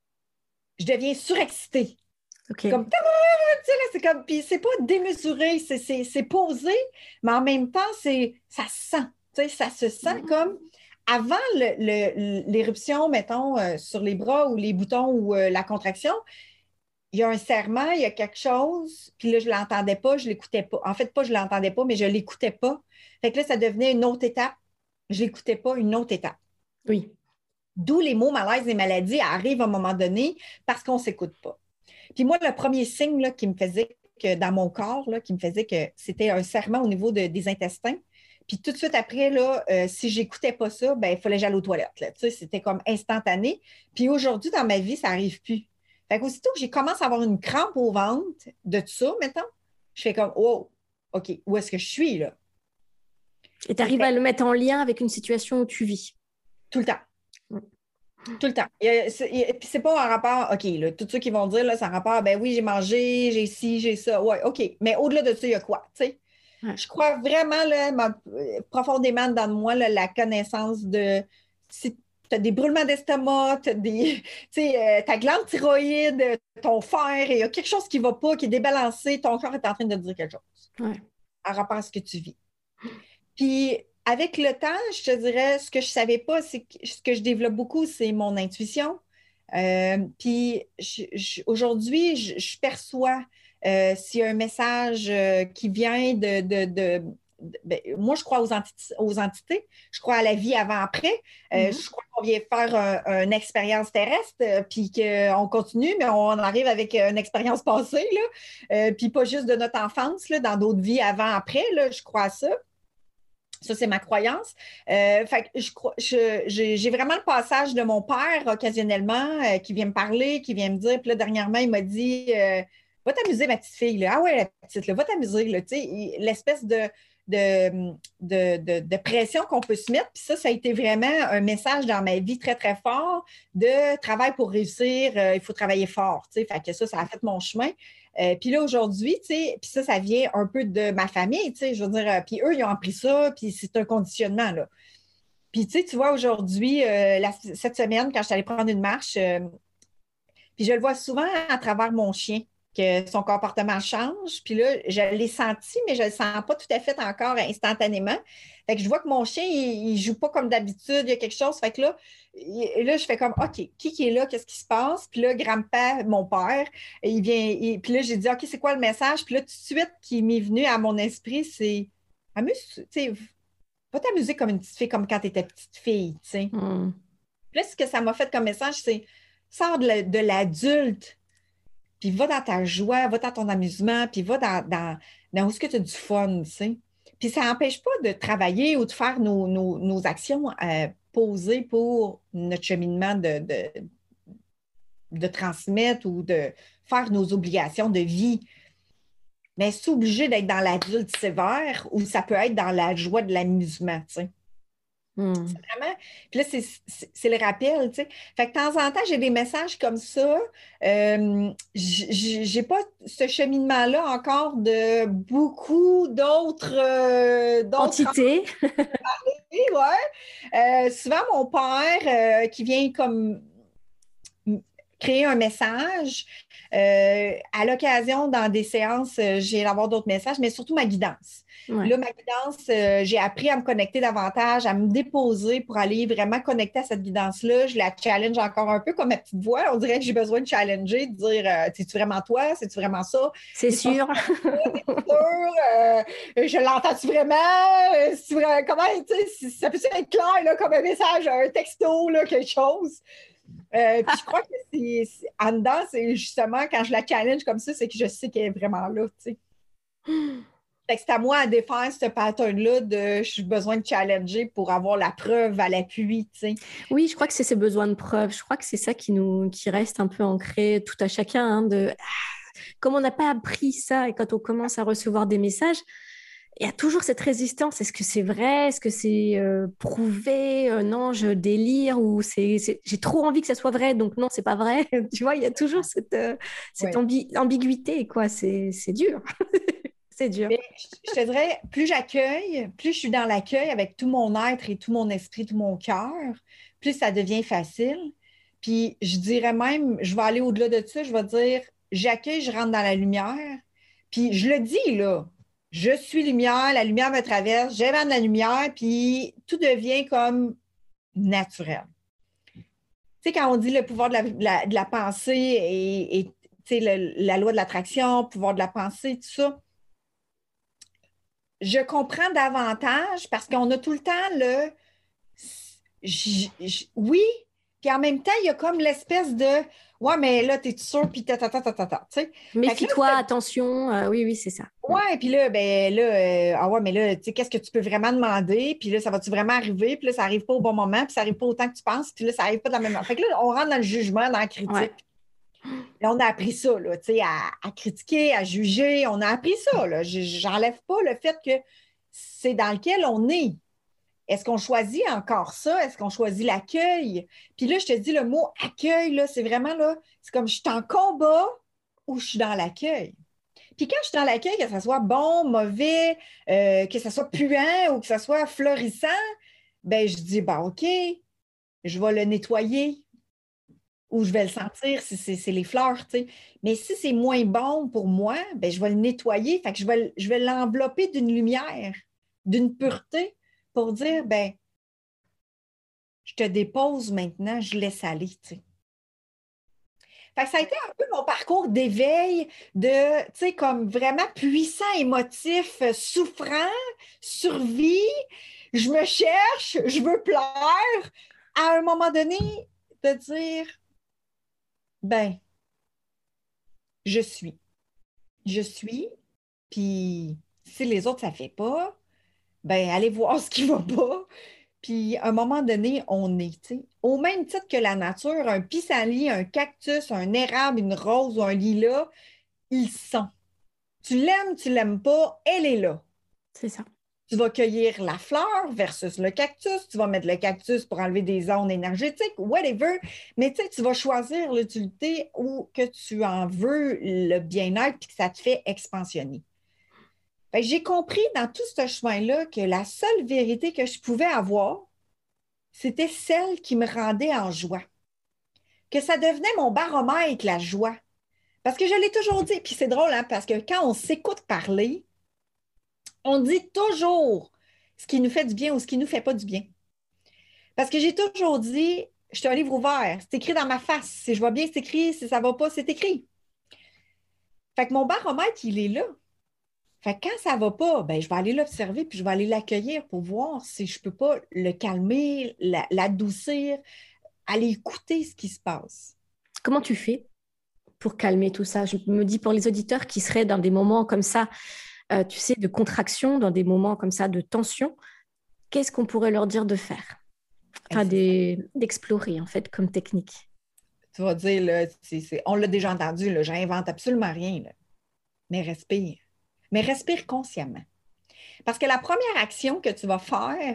je deviens surexcitée. OK. Comme... Tu sais, là, c'est comme... Puis c'est pas démesuré. C'est c'est- c'est posé, mais en même temps, c'est ça se sent. Tu sais, ça se sent comme... Avant le- le- l'éruption, mettons, euh, sur les bras ou les boutons ou euh, la contraction, il y a un serrement, il y a quelque chose, puis là, je ne l'entendais pas, je ne l'écoutais pas. En fait, pas je ne l'entendais pas, mais je ne l'écoutais pas. Fait que là, ça devenait une autre étape. Je ne l'écoutais pas, une autre étape. Oui. D'où les mots malaise et maladie arrivent à un moment donné parce qu'on ne s'écoute pas. Puis moi, le premier signe là, qui me faisait que dans mon corps, là, qui me faisait que c'était un serrement au niveau de- des intestins. Puis tout de suite après, là, euh, si je n'écoutais pas ça, ben, il fallait que j'aille aux toilettes. Là. Tu sais, c'était comme instantané. Puis aujourd'hui, dans ma vie, ça n'arrive plus. Fait qu'aussitôt que j'ai commencé à avoir une crampe au ventre de tout ça, mettons, je fais comme, oh, OK, où est-ce que je suis là? Et tu arrives à le mettre en lien avec une situation où tu vis. Tout le temps. Mm. Tout le temps. Et puis c'est pas un rapport, OK, là, tous ceux qui vont dire, là, c'est un rapport, ben oui, j'ai mangé, j'ai ci, j'ai ça. Ouais, OK. Mais au-delà de ça, il y a quoi? Tu sais? Ouais. Je crois vraiment là, ma- profondément dans moi là, la connaissance de si tu as des brûlements d'estomac, tu as des, tu sais, euh, ta glande thyroïde, ton fer, et il y a quelque chose qui ne va pas, qui est débalancé, ton corps est en train de te dire quelque chose Ouais. en rapport à ce que tu vis. Puis avec le temps, je te dirais, ce que je ne savais pas, c'est que ce que je développe beaucoup, c'est mon intuition. Euh, puis je- je- aujourd'hui, je, je perçois euh, s'il y a un message euh, qui vient de, de, de- de- ben, moi, je crois aux, enti- aux entités, je crois à la vie avant-après. Euh, Mhm. Je crois qu'on vient faire un- une expérience terrestre, euh, puis qu'on continue, mais on arrive avec une expérience passée, là, Euh, puis pas juste de notre enfance, là, dans d'autres vies avant-après, là, je crois à ça. Ça, c'est ma croyance. Euh, fait que je crois, je- j'ai j'ai vraiment le passage de mon père occasionnellement euh, qui vient me parler, qui vient me dire. Puis là, dernièrement, il m'a dit euh, va t'amuser, ma petite fille. Là. Ah ouais, la petite, là, va t'amuser. Là. Tu sais, il- l'espèce de, de, de, de- de pression qu'on peut se mettre. Puis ça, ça a été vraiment un message dans ma vie très, très fort de travail pour réussir. Euh, il faut travailler fort. Tu sais. Fait que ça, ça a fait mon chemin. Euh, puis là, aujourd'hui, tu sais, puis ça, ça vient un peu de ma famille, tu sais, je veux dire, euh, puis eux, ils ont appris ça, puis c'est un conditionnement, là. Puis tu sais, tu vois, aujourd'hui, euh, la- cette semaine, quand je suis allée prendre une marche, euh, puis je le vois souvent à travers mon chien, que son comportement change. Puis là, je l'ai senti, mais je ne le sens pas tout à fait encore instantanément. Fait que je vois que mon chien, il ne joue pas comme d'habitude, il y a quelque chose. Fait que là, il- là, je fais comme, OK, qui qui est là? Qu'est-ce qui se passe? Puis là, grand-père, mon père, il vient, il- puis là, j'ai dit, OK, c'est quoi le message? Puis là, tout de suite, qui m'est venu à mon esprit, c'est, amuse, tu sais, va t'amuser comme une petite fille, comme quand tu étais petite fille, tu sais. Mm. Puis là, ce que ça m'a fait comme message, c'est, sors de la- de l'adulte, puis va dans ta joie, va dans ton amusement, puis va dans, dans, dans où est-ce que tu as du fun, tu sais. Puis ça n'empêche pas de travailler ou de faire nos, nos- nos actions euh, posées pour notre cheminement de, de, de transmettre ou de faire nos obligations de vie. Mais c'est obligé d'être dans l'adulte sévère ou ça peut être dans la joie de l'amusement, tu sais. Mm. C'est vraiment... Puis là, c'est, c'est, c'est le rappel, tu sais. Fait que de temps en temps, j'ai des messages comme ça. Euh, j- j'ai pas ce cheminement-là encore de beaucoup d'autres... euh, d'autres Entité. entités, ouais. Euh, souvent, mon père, euh, qui vient comme créer un message, euh, à l'occasion, dans des séances, euh, j'ai d'avoir d'autres messages, mais surtout ma guidance. Ouais. Là, ma guidance, euh, j'ai appris à me connecter davantage, à me déposer pour aller vraiment connecter à cette guidance-là. Je la challenge encore un peu comme ma petite voix. On dirait que j'ai besoin de challenger, de dire euh, c'est-tu vraiment toi? C'est-tu vraiment ça? C'est Il se passe sûr. sûr, euh, je l'entends-tu vraiment? Euh, c'est vrai- comment, tu sais, si- ça peut être clair là, comme un message, un texto, là, quelque chose? Euh, puis je crois que c'est, c'est- en dedans, c'est justement quand je la challenge comme ça, c'est que je sais qu'elle est vraiment là, tu sais. Fait que c'est à moi à défaire ce pattern-là de j'ai besoin de challenger pour avoir la preuve à l'appui, tu sais. Oui, je crois que c'est ces besoins de preuve. Je crois que c'est ça qui nous, qui reste un peu ancré tout à chacun, hein, de ah, comme on n'a pas appris ça et quand on commence à recevoir des messages, il y a toujours cette résistance. Est-ce que c'est vrai? Est-ce que c'est euh, prouvé? Euh, non, je délire ou c'est, c'est- j'ai trop envie que ça soit vrai, donc non, c'est pas vrai. Tu vois, il y a toujours cette, euh, cette Oui. ambi- ambiguïté, quoi. C'est, c'est dur. C'est dur. Mais je je te dirais, plus j'accueille, plus je suis dans l'accueil avec tout mon être et tout mon esprit, tout mon cœur, plus ça devient facile. Puis je dirais même, je vais aller au-delà de ça, je vais dire, j'accueille, je rentre dans la lumière. Puis je le dis, là, je suis lumière, la lumière me traverse, j'émane la lumière, puis tout devient comme naturel. Tu sais, quand on dit le pouvoir de la, de la- de la pensée et, et, tu sais, le- la loi de l'attraction, pouvoir de la pensée, tout ça, je comprends davantage parce qu'on a tout le temps le j- j- oui, puis en même temps, il y a comme l'espèce de ouais, mais là, t'es sûr, puis ta, ta, ta, ta, ta, ta, tu sais. Fait que là, Méfie-toi, c'est- attention. Euh, oui, oui, c'est ça. Mm. ouais, puis là, ben là, euh, ah ouais, mais là, tu sais, qu'est-ce que tu peux vraiment demander? Puis là, ça va-tu vraiment arriver? Puis là, ça arrive pas au bon moment, puis ça arrive pas autant que tu penses, puis là, ça arrive pas de la même manière. Fait que là, on rentre dans le jugement, dans la Ouais. critique. Là, on a appris ça, là, tu sais, à, à critiquer, à juger. On a appris ça, là. Je- J'enlève pas le fait que c'est dans lequel on est. Est-ce qu'on choisit encore ça? Est-ce qu'on choisit l'accueil? Puis là, je te dis le mot accueil, là, c'est vraiment là, c'est comme je suis en combat ou je suis dans l'accueil. Puis quand je suis dans l'accueil, que ce soit bon, mauvais, euh, que ce soit puant ou que ce soit florissant, ben je dis, ben OK, je vais le nettoyer ou je vais le sentir si c'est c'est les fleurs, tu sais. Mais si c'est moins bon pour moi, ben je vais le nettoyer, fait que je vais, l- je vais l'envelopper d'une lumière, d'une pureté pour dire, ben je te dépose maintenant, je laisse aller, tu sais. Fait que ça a été un peu mon parcours d'éveil, de, tu sais, comme vraiment puissant, émotif, euh, souffrant, survie. Je me cherche, je veux plaire. À un moment donné, de dire, ben, je suis. Je suis, puis si les autres, ça ne fait pas, ben, allez voir ce qui ne va pas. Puis, à un moment donné, on est, tu sais. Au même titre que la nature, un pissenlit, un cactus, un érable, une rose ou un lilas, ils sont. Tu l'aimes, tu l'aimes pas, elle est là. C'est ça. Tu vas cueillir la fleur versus le cactus, tu vas mettre le cactus pour enlever des ondes énergétiques, whatever, mais tu sais, tu vas choisir l'utilité ou que tu en veux le bien-être puis que ça te fait expansionner. Fait que j'ai compris dans tout ce chemin-là que la seule vérité que je pouvais avoir, c'était celle qui me rendait en joie. Que ça devenait mon baromètre, la joie. Parce que je l'ai toujours dit, puis c'est drôle, hein, parce que quand on s'écoute parler, on dit toujours ce qui nous fait du bien ou ce qui ne nous fait pas du bien. Parce que j'ai toujours dit, je suis un livre ouvert, c'est écrit dans ma face. Si je vois bien, c'est écrit. Si ça ne va pas, c'est écrit. Fait que mon baromètre, il est là. Fait que quand ça ne va pas, ben, je vais aller l'observer puis je vais aller l'accueillir pour voir si je ne peux pas le calmer, la- l'adoucir, aller écouter ce qui se passe. Comment tu fais pour calmer tout ça? Je me dis pour les auditeurs qui seraient dans des moments comme ça, euh, tu sais, de contraction, dans des moments comme ça de tension, qu'est-ce qu'on pourrait leur dire de faire? Hey, Enfin, c'est ça. des- d'explorer en fait comme technique. Tu vas dire, là, c'est- c'est- on l'a déjà entendu, là, j'invente absolument rien, là. Mais respire. Mais respire consciemment. Parce que la première action que tu vas faire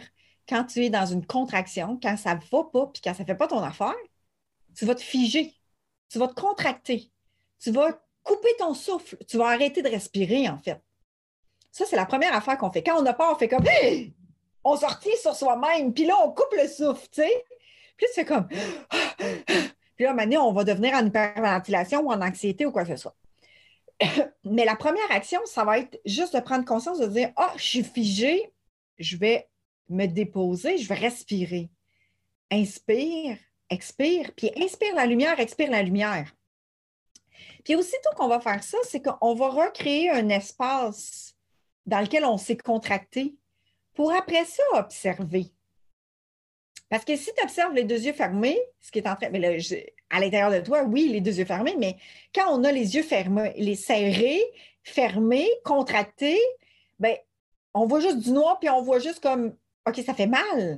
quand tu es dans une contraction, quand ça ne va pas, puis quand ça ne fait pas ton affaire, tu vas te figer, tu vas te contracter, tu vas couper ton souffle, tu vas arrêter de respirer, en fait. Ça, c'est la première affaire qu'on fait. Quand on a peur, on fait comme hey! On se retire sur soi-même, puis là, on coupe le souffle, tu sais. Puis c'est comme puis là, maintenant, on va devenir en hyperventilation ou en anxiété ou quoi que ce soit. Mais la première action, ça va être juste de prendre conscience, de dire ah, oh, je suis figée, je vais me déposer, je vais respirer. Inspire, expire, puis inspire la lumière, expire la lumière. Puis aussitôt qu'on va faire ça, c'est qu'on va recréer un espace dans lequel on s'est contracté pour après ça observer. Parce que si tu observes les deux yeux fermés, ce qui est en train. Mais là, je, à l'intérieur de toi, oui, les deux yeux fermés, mais quand on a les yeux fermés, les serrés, fermés, contractés, bien, on voit juste du noir, puis on voit juste comme OK, ça fait mal.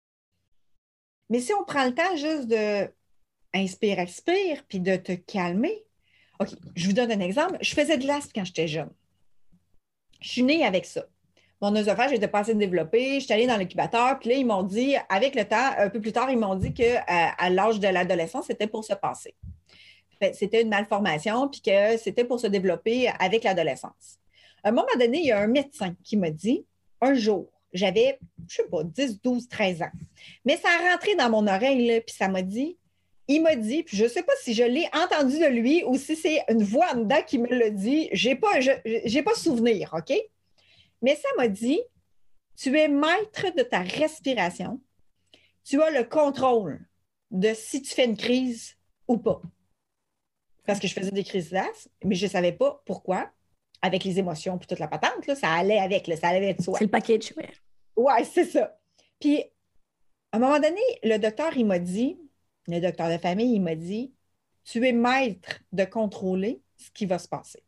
Mais si on prend le temps juste de inspire, expire, puis de te calmer. OK, je vous donne un exemple. Je faisais de l'asthme quand j'étais jeune. Je suis née avec ça. Mon œsophage était pas assez développé. Je suis allée dans l'incubateur, puis là, ils m'ont dit, avec le temps, un peu plus tard, ils m'ont dit qu'à à l'âge de l'adolescence, c'était pour se passer. C'était une malformation, puis que c'était pour se développer avec l'adolescence. À un moment donné, il y a un médecin qui m'a dit, un jour, j'avais, je ne sais pas, dix, douze, treize ans, mais ça a rentré dans mon oreille, là, puis ça m'a dit, il m'a dit, puis je ne sais pas si je l'ai entendu de lui ou si c'est une voix en dedans qui me l'a dit, je n'ai pas, je, pas souvenir, OK? Mais ça m'a dit, tu es maître de ta respiration, tu as le contrôle de si tu fais une crise ou pas. Parce que je faisais des crises d'asthme, mais je ne savais pas pourquoi, avec les émotions et toute la patente, là, ça allait avec, là, ça allait de soi. C'est le package, oui. Oui, c'est ça. Puis, à un moment donné, le docteur, il m'a dit, le docteur de famille, il m'a dit, tu es maître de contrôler ce qui va se passer.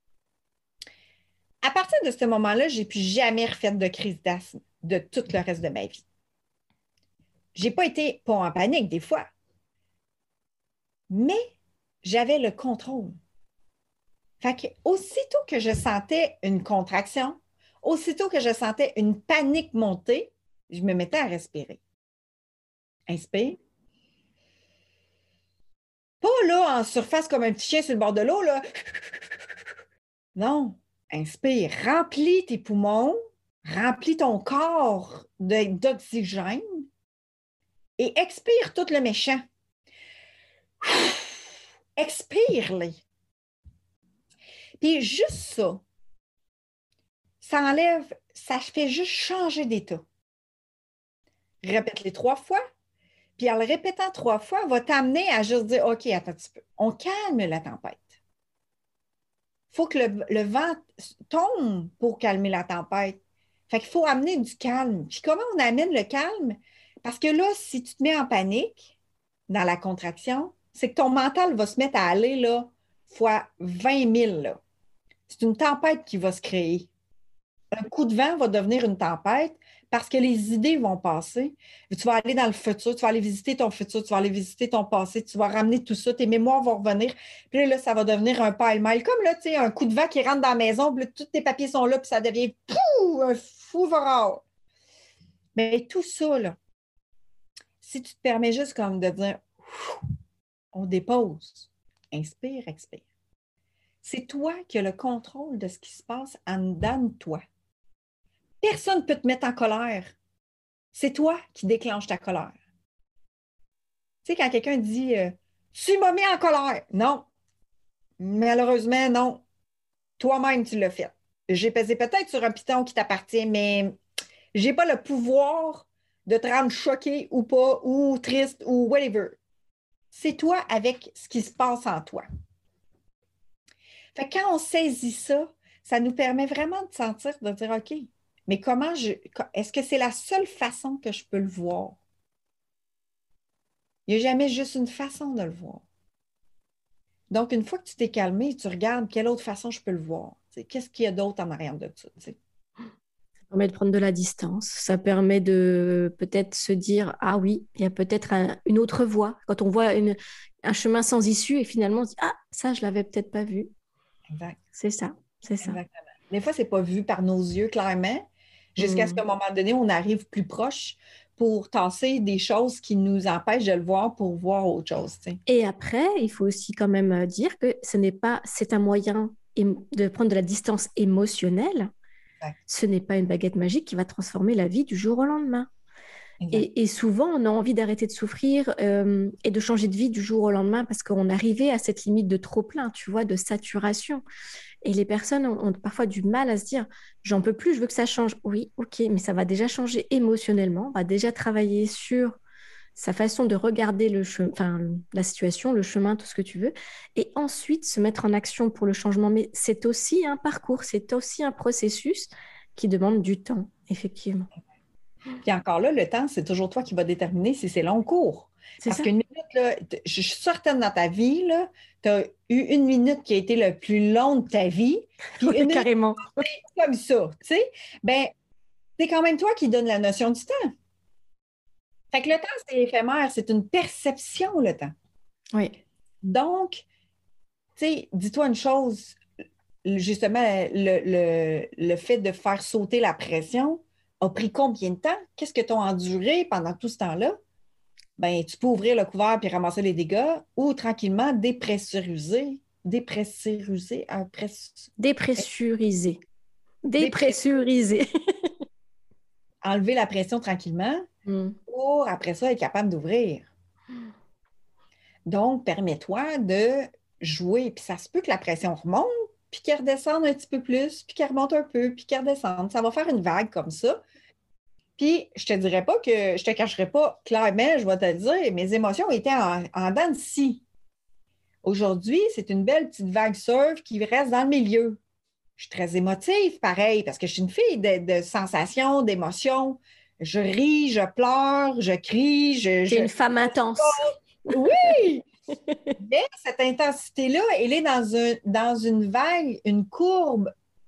À partir de ce moment-là, je n'ai plus jamais refait de crise d'asthme de tout le reste de ma vie. Je n'ai pas été, pas en panique des fois, mais j'avais le contrôle. Fait que aussitôt que je sentais une contraction, aussitôt que je sentais une panique monter, je me mettais à respirer. Inspire. Pas là en surface comme un petit chien sur le bord de l'eau, là. Non. Inspire. Remplis tes poumons, remplis ton corps d'oxygène et expire tout le méchant. Expire-les. Puis juste ça, ça enlève, ça fait juste changer d'état. Répète-les trois fois, puis en le répétant trois fois, va t'amener à juste dire, OK, attends un petit peu, on calme la tempête. Il faut que le, le vent tombe pour calmer la tempête. Fait qu'il faut amener du calme. Puis comment on amène le calme? Parce que là, si tu te mets en panique dans la contraction, c'est que ton mental va se mettre à aller là, fois vingt mille. Là. C'est une tempête qui va se créer. Un coup de vent va devenir une tempête parce que les idées vont passer. Tu vas aller dans le futur, tu vas aller visiter ton futur, tu vas aller visiter ton passé, tu vas ramener tout ça, tes mémoires vont revenir. Puis là, ça va devenir un pile-mile. Comme là, tu sais, un coup de vent qui rentre dans la maison, puis là, tous tes papiers sont là, puis ça devient pouf, un fou fureur. Mais tout ça, là, si tu te permets juste comme de dire, on dépose, inspire, expire. C'est toi qui as le contrôle de ce qui se passe en dedans de toi. Personne ne peut te mettre en colère. C'est toi qui déclenches ta colère. Tu sais, quand quelqu'un dit euh, « Tu m'as mis en colère », non. Malheureusement, non. Toi-même, tu l'as fait. J'ai pesé peut-être sur un piton qui t'appartient, mais je n'ai pas le pouvoir de te rendre choqué ou pas, ou triste, ou whatever. C'est toi avec ce qui se passe en toi. Fait que quand on saisit ça, ça nous permet vraiment de sentir, de dire « OK, mais comment je. Est-ce que c'est la seule façon que je peux le voir? » Il n'y a jamais juste une façon de le voir. Donc, une fois que tu t'es calmé, tu regardes quelle autre façon je peux le voir. T'sais, qu'est-ce qu'il y a d'autre en arrière de ça? T'sais? Ça permet de prendre de la distance. Ça permet de peut-être se dire, ah oui, il y a peut-être un, une autre voie. Quand on voit une, un chemin sans issue et finalement on se dit, ah, ça, je ne l'avais peut-être pas vu. Exact. C'est ça, c'est ça. Exactement. Des fois, ce n'est pas vu par nos yeux clairement, jusqu'à ce Mm. qu'à un moment donné, on arrive plus proche pour tasser des choses qui nous empêchent de le voir pour voir autre chose. Tu sais. Et après, il faut aussi quand même euh, dire que ce n'est pas, c'est un moyen ém- de prendre de la distance émotionnelle. Exact. Ce n'est pas une baguette magique qui va transformer la vie du jour au lendemain. Exact. Et, et souvent, on a envie d'arrêter de souffrir euh, et de changer de vie du jour au lendemain parce qu'on arrivait à cette limite de trop-plein, tu vois, de saturation. Et les personnes ont, ont parfois du mal à se dire, j'en peux plus, je veux que ça change. Oui, ok, mais ça va déjà changer émotionnellement, on va déjà travailler sur sa façon de regarder le che- enfin, la situation, le chemin, tout ce que tu veux, et ensuite se mettre en action pour le changement. Mais c'est aussi un parcours, c'est aussi un processus qui demande du temps, effectivement. Puis encore là, le temps, c'est toujours toi qui vas déterminer si c'est long ou court. C'est Parce ça? qu'une minute, là, t- je suis certaine dans ta vie, tu as eu une minute qui a été le plus long de ta vie, puis Oui, une minute carrément. comme ça, tu sais. Ben, c'est quand même toi qui donne la notion du temps. Fait que le temps, c'est éphémère, c'est une perception, le temps. Oui. Donc, tu sais, dis-toi une chose, justement, le, le, le fait de faire sauter la pression a pris combien de temps? Qu'est-ce que tu as enduré pendant tout ce temps-là? Ben, tu peux ouvrir le couvert puis ramasser les dégâts ou tranquillement dépressuriser, dépressuriser, euh, press- Dépressurisé. dépress- Dépressurisé. enlever la pression tranquillement Mm. pour après ça être capable d'ouvrir. Donc, permets-toi de jouer. Puis ça se peut que la pression remonte, puis qu'elle redescende un petit peu plus, puis qu'elle remonte un peu, puis qu'elle redescende. Ça va faire une vague comme ça. Puis, je te dirais pas que, je te cacherai pas clairement, je vais te le dire, mes émotions étaient en, en dents de scie. Aujourd'hui, c'est une belle petite vague surf qui reste dans le milieu. Je suis très émotive, pareil, parce que je suis une fille de, de sensations, d'émotions. Je ris, je pleure, je crie, je, T'es je... une femme intense. Oui! Mais cette intensité-là, elle est dans, un, dans une vague, une courbe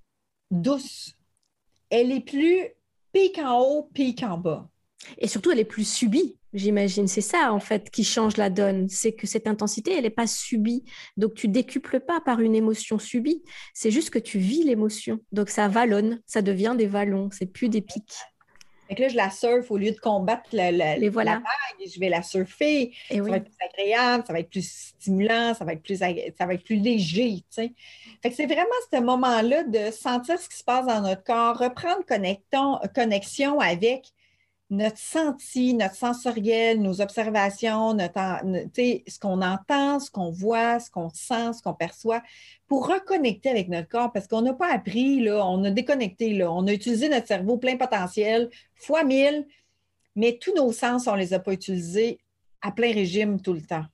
douce. Elle est plus pique en haut, pique en bas. Et surtout, elle est plus subie, j'imagine. C'est ça, en fait, qui change la donne. C'est que cette intensité, elle n'est pas subie. Donc, tu décuples pas par une émotion subie. C'est juste que tu vis l'émotion. Donc, ça vallonne, ça devient des vallons. C'est plus des pics. Fait que là, je la surfe au lieu de combattre la, la, Et la voilà. vague, je vais la surfer. Et Ça va oui. être plus agréable, ça va être plus stimulant, ça va être plus, ag- ça va être plus léger, tu sais. Fait que c'est vraiment ce moment-là de sentir ce qui se passe dans notre corps, reprendre connecton- connexion avec notre senti, notre sensoriel, nos observations, notre, en- no- tu sais, ce qu'on entend, ce qu'on voit, ce qu'on sent, ce qu'on perçoit, pour reconnecter avec notre corps, parce qu'on n'a pas appris, là, on a déconnecté, là, on a utilisé notre cerveau plein potentiel, fois mille, mais tous nos sens, on ne les a pas utilisés à plein régime tout le temps.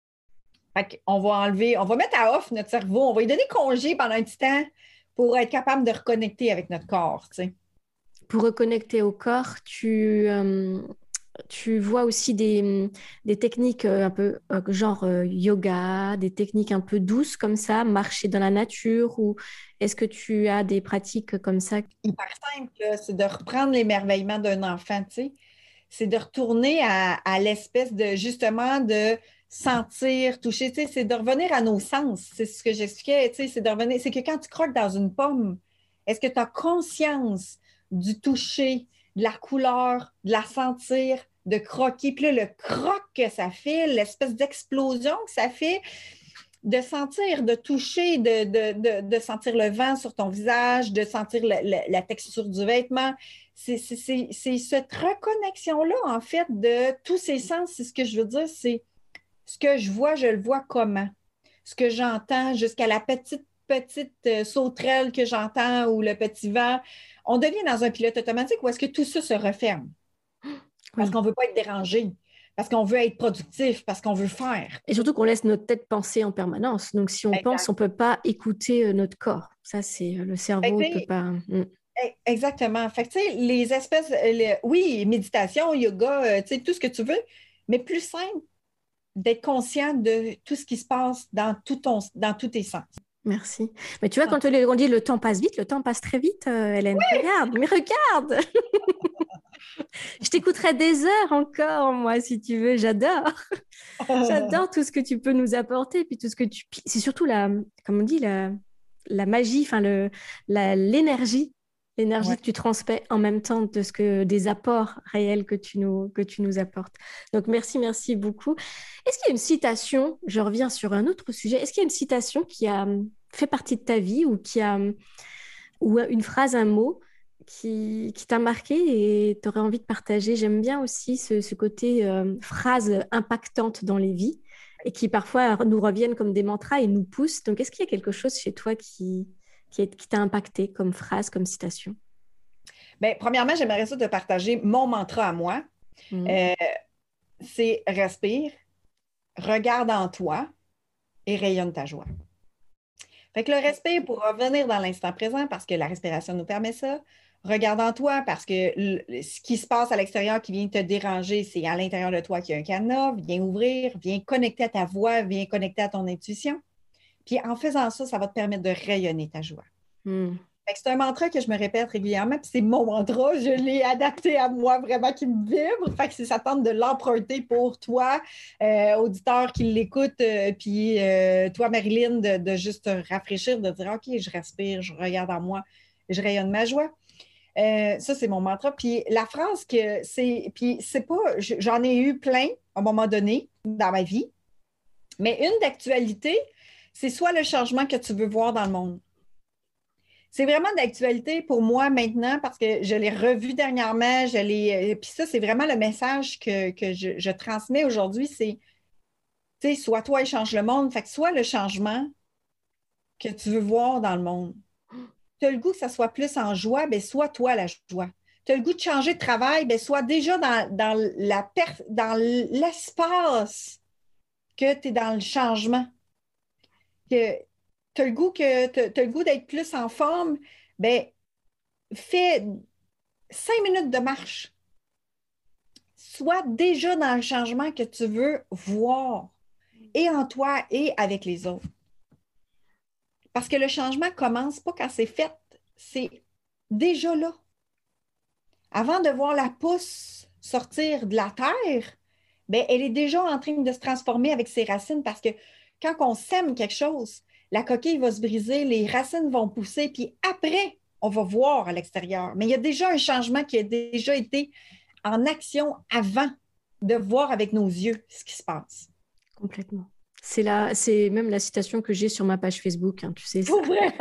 Fait qu'on va enlever, on va mettre à off notre cerveau, on va lui donner congé pendant un petit temps pour être capable de reconnecter avec notre corps, tu sais. Pour reconnecter au corps, tu, euh, tu vois aussi des, des techniques euh, un peu euh, genre euh, yoga, des techniques un peu douces comme ça, marcher dans la nature, ou est-ce que tu as des pratiques comme ça? Hyper simple, là, c'est de reprendre l'émerveillement d'un enfant, tu sais. C'est de retourner à, à l'espèce de, justement, de sentir, toucher, tu sais, c'est de revenir à nos sens. C'est ce que j'expliquais, tu sais, c'est de revenir, c'est que quand tu croques dans une pomme, est-ce que tu as conscience du toucher, de la couleur, de la sentir, de croquer, puis là, le croc que ça fait, l'espèce d'explosion que ça fait, de sentir, de toucher, de, de, de, de sentir le vent sur ton visage, de sentir la, la, la texture du vêtement. C'est, c'est, c'est, c'est cette reconnexion-là, en fait, de tous ces sens. C'est ce que je veux dire, c'est ce que je vois, je le vois comment. Ce que j'entends, jusqu'à la petite, petite euh, sauterelle que j'entends ou le petit vent. On devient dans un pilote automatique où est-ce que tout ça se referme? Parce Oui. qu'on ne veut pas être dérangé, parce qu'on veut être productif, parce qu'on veut faire. Et surtout qu'on laisse notre tête penser en permanence. Donc, si on pense, Exact. on ne peut pas écouter euh, notre corps. Ça, c'est euh, le Fait cerveau, que, il tu peut sais, pas. Mm. E- Exactement. Fait que, tu sais, les espèces, euh, les- oui, méditation, yoga, euh, tu sais, tout ce que tu veux, mais plus simple d'être conscient de tout ce qui se passe dans, tout ton, dans tous tes sens. Merci. Mais tu vois, Ah, quand on dit le temps passe vite, le temps passe très vite, euh, Hélène. Regarde, mais regarde! Je t'écouterai des heures encore, moi, si tu veux. J'adore. J'adore tout ce que tu peux nous apporter, puis tout ce que tu. C'est surtout la, comme on dit, la, la magie, enfin le, la, l'énergie, l'énergie Ouais. que tu transmets en même temps de ce que, des apports réels que tu nous, que tu nous apportes. Donc, merci, merci beaucoup. Est-ce qu'il y a une citation, je reviens sur un autre sujet, est-ce qu'il y a une citation qui a hum, fait partie de ta vie ou qui a, hum, ou une phrase, un mot qui, qui t'a marqué et tu aurais envie de partager? J'aime bien aussi ce, ce côté euh, phrase impactante dans les vies et qui parfois nous reviennent comme des mantras et nous poussent. Donc, est-ce qu'il y a quelque chose chez toi qui, qui, est- qui t'a impacté comme phrase, comme citation? Bien, premièrement, j'aimerais ça te partager mon mantra à moi. Mhm. Euh, c'est respire, regarde en toi et rayonne ta joie. Fait que le respire pour revenir dans l'instant présent, parce que la respiration nous permet ça. Regarde en toi, parce que le- ce qui se passe à l'extérieur qui vient te déranger, c'est à l'intérieur de toi qu'il y a un cadenas. Viens ouvrir, viens connecter à ta voix, viens connecter à ton intuition. Puis en faisant ça, ça va te permettre de rayonner ta joie. Mhm. Fait que c'est un mantra que je me répète régulièrement, puis c'est mon mantra, je l'ai adapté à moi vraiment qui me vibre. Fait que c'est ça tente de l'emprunter pour toi, euh, auditeur qui l'écoute, euh, puis euh, toi, Marilyn, de, de juste te rafraîchir, de dire OK, je respire, je regarde en moi, je rayonne ma joie. Euh, ça, c'est mon mantra. Puis la phrase que c'est, puis c'est pas, j'en ai eu plein à un moment donné dans ma vie, mais une d'actualité, c'est soit le changement que tu veux voir dans le monde. C'est vraiment d'actualité pour moi maintenant parce que je l'ai revu dernièrement. Je l'ai, puis ça, c'est vraiment le message que, que je, je transmets aujourd'hui. C'est, tu sais, sois toi et change le monde. Fait que sois le changement que tu veux voir dans le monde. Tu as le goût que ça soit plus en joie, bien, sois toi la joie. Tu as le goût de changer de travail, bien, sois déjà dans, dans, la per, dans l'espace que tu es dans le changement. Que tu as le goût que tu as le goût d'être plus en forme, bien, fais cinq minutes de marche. Sois déjà dans le changement que tu veux voir, et en toi et avec les autres. Parce que le changement ne commence pas quand c'est fait, c'est déjà là. Avant de voir la pousse sortir de la terre, bien, elle est déjà en train de se transformer avec ses racines parce que quand on sème quelque chose, la coquille va se briser, les racines vont pousser, puis après, on va voir à l'extérieur. Mais il y a déjà un changement qui a déjà été en action avant de voir avec nos yeux ce qui se passe. Complètement. C'est la, c'est même la citation que j'ai sur ma page Facebook, hein, tu sais. Pour vrai?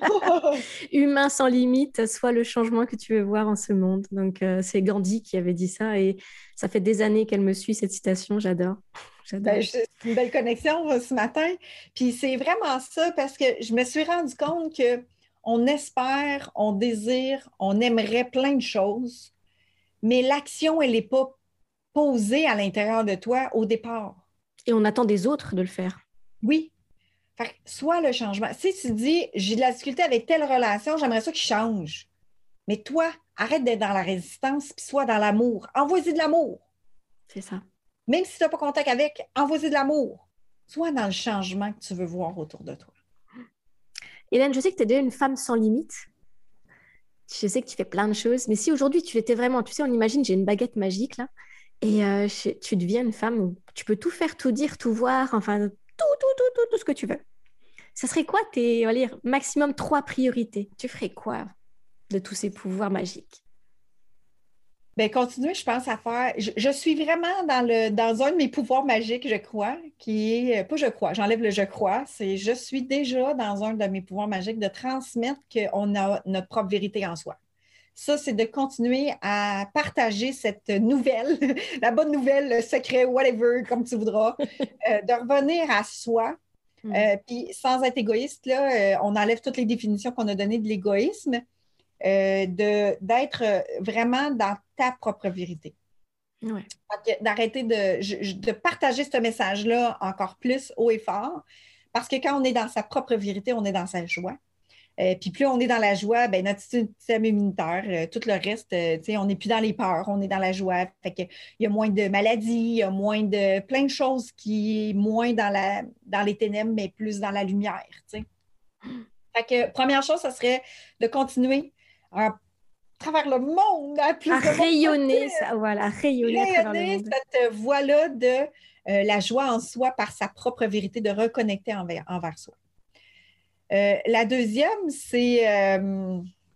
Humain sans limite, soit le changement que tu veux voir en ce monde. Donc, euh, c'est Gandhi qui avait dit ça et ça fait des années qu'elle me suit, cette citation. J'adore. J'adore. Ben, c'est une belle connexion euh, ce matin. Puis c'est vraiment ça parce que je me suis rendu compte que on espère, on désire, on aimerait plein de choses, mais l'action, elle n'est pas posée à l'intérieur de toi au départ. Et on attend des autres de le faire. Oui. Fait que soit le changement. Si tu dis, j'ai de la difficulté avec telle relation, j'aimerais ça qu'il change. Mais toi, arrête d'être dans la résistance, puis sois dans l'amour. Envoie-y de l'amour. C'est ça. Même si tu n'as pas contact avec, envoie-y de l'amour. Sois dans le changement que tu veux voir autour de toi. Hélène, je sais que tu es déjà une femme sans limite. Je sais que tu fais plein de choses. Mais si aujourd'hui tu étais vraiment, tu sais, on imagine, j'ai une baguette magique là, et euh, je- tu deviens une femme où tu peux tout faire, tout dire, tout voir, enfin, tout, tout, tout, tout, tout ce que tu veux. Ça serait quoi tes, on va dire, maximum trois priorités? Tu ferais quoi de tous ces pouvoirs magiques? Bien, continuer, je pense, à faire. Je, je suis vraiment dans, le, dans un de mes pouvoirs magiques, je crois, qui est. Pas je crois, j'enlève le je crois. C'est je suis déjà dans un de mes pouvoirs magiques de transmettre qu'on a notre propre vérité en soi. Ça, c'est de continuer à partager cette nouvelle, la bonne nouvelle, le secret, whatever, comme tu voudras, euh, de revenir à soi. Mm. Euh, puis sans être égoïste, là, euh, on enlève toutes les définitions qu'on a données de l'égoïsme. Euh, de, d'être vraiment dans ta propre vérité. Ouais. D'arrêter de, de partager ce message-là encore plus haut et fort, parce que quand on est dans sa propre vérité, on est dans sa joie. Euh, puis plus on est dans la joie, ben, notre système immunitaire, euh, tout le reste, euh, on n'est plus dans les peurs, on est dans la joie. Fait que, il y a moins de maladies, il y a moins de plein de choses qui moins dans, la, dans les ténèbres, mais plus dans la lumière. T'sais. Fait que première chose, ça serait de continuer à travers le monde, à plus À de monde rayonner, possible. ça, voilà, à rayonner à travers le Rayonner monde. cette voie-là de euh, la joie en soi par sa propre vérité, de reconnecter envers, envers soi. Euh, la deuxième, c'est euh,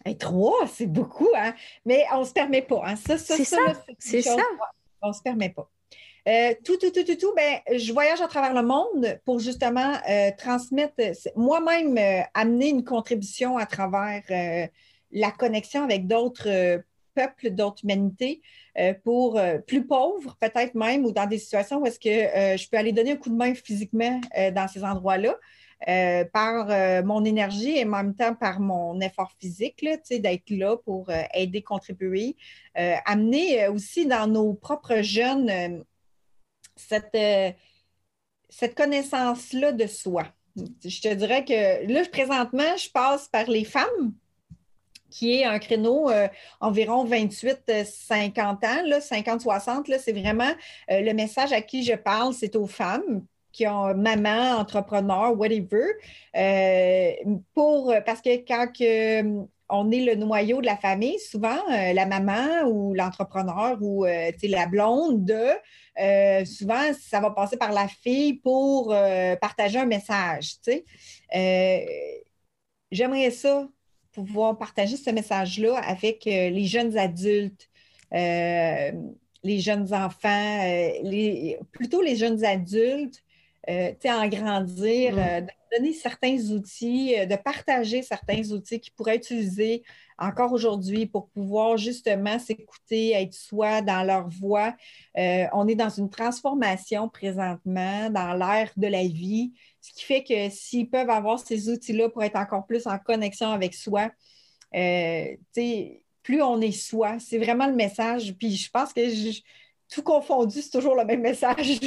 Hey, trois, c'est beaucoup, hein? Mais on ne se permet pas. Hein? Ça, ça, C'est ça, ça, là, c'est c'est une chose, ça. on ne se permet pas. Euh, tout, tout, tout, tout, tout, ben, je voyage à travers le monde pour justement euh, transmettre, moi-même euh, amener une contribution à travers euh, la connexion avec d'autres euh, peuples, d'autres humanités, euh, pour euh, plus pauvres peut-être même, ou dans des situations où est-ce que euh, je peux aller donner un coup de main physiquement euh, dans ces endroits-là. Euh, par euh, mon énergie et en même temps par mon effort physique, là, d'être là pour euh, aider, contribuer, euh, amener euh, aussi dans nos propres jeunes euh, cette, euh, cette connaissance-là de soi. Je te dirais que là, présentement, je passe par les femmes, qui est un créneau euh, environ vingt-huit à cinquante ans, là, cinquante à soixante, là, c'est vraiment euh, le message à qui je parle, c'est aux femmes qui ont maman, entrepreneur, whatever, euh, pour, parce que quand que, on est le noyau de la famille, souvent, euh, la maman ou l'entrepreneur ou euh, la blonde de, euh, souvent, ça va passer par la fille pour euh, partager un message. Euh, j'aimerais ça, pouvoir partager ce message-là avec euh, les jeunes adultes, euh, les jeunes enfants, euh, les, plutôt les jeunes adultes, euh, en grandir, Mm. euh, de donner certains outils, euh, de partager certains outils qu'ils pourraient utiliser encore aujourd'hui pour pouvoir justement s'écouter, être soi dans leur voix. Euh, on est dans une transformation présentement dans l'ère de la vie, ce qui fait que s'ils peuvent avoir ces outils-là pour être encore plus en connexion avec soi, euh, plus on est soi, c'est vraiment le message. Puis je pense que je, tout confondu, c'est toujours le même message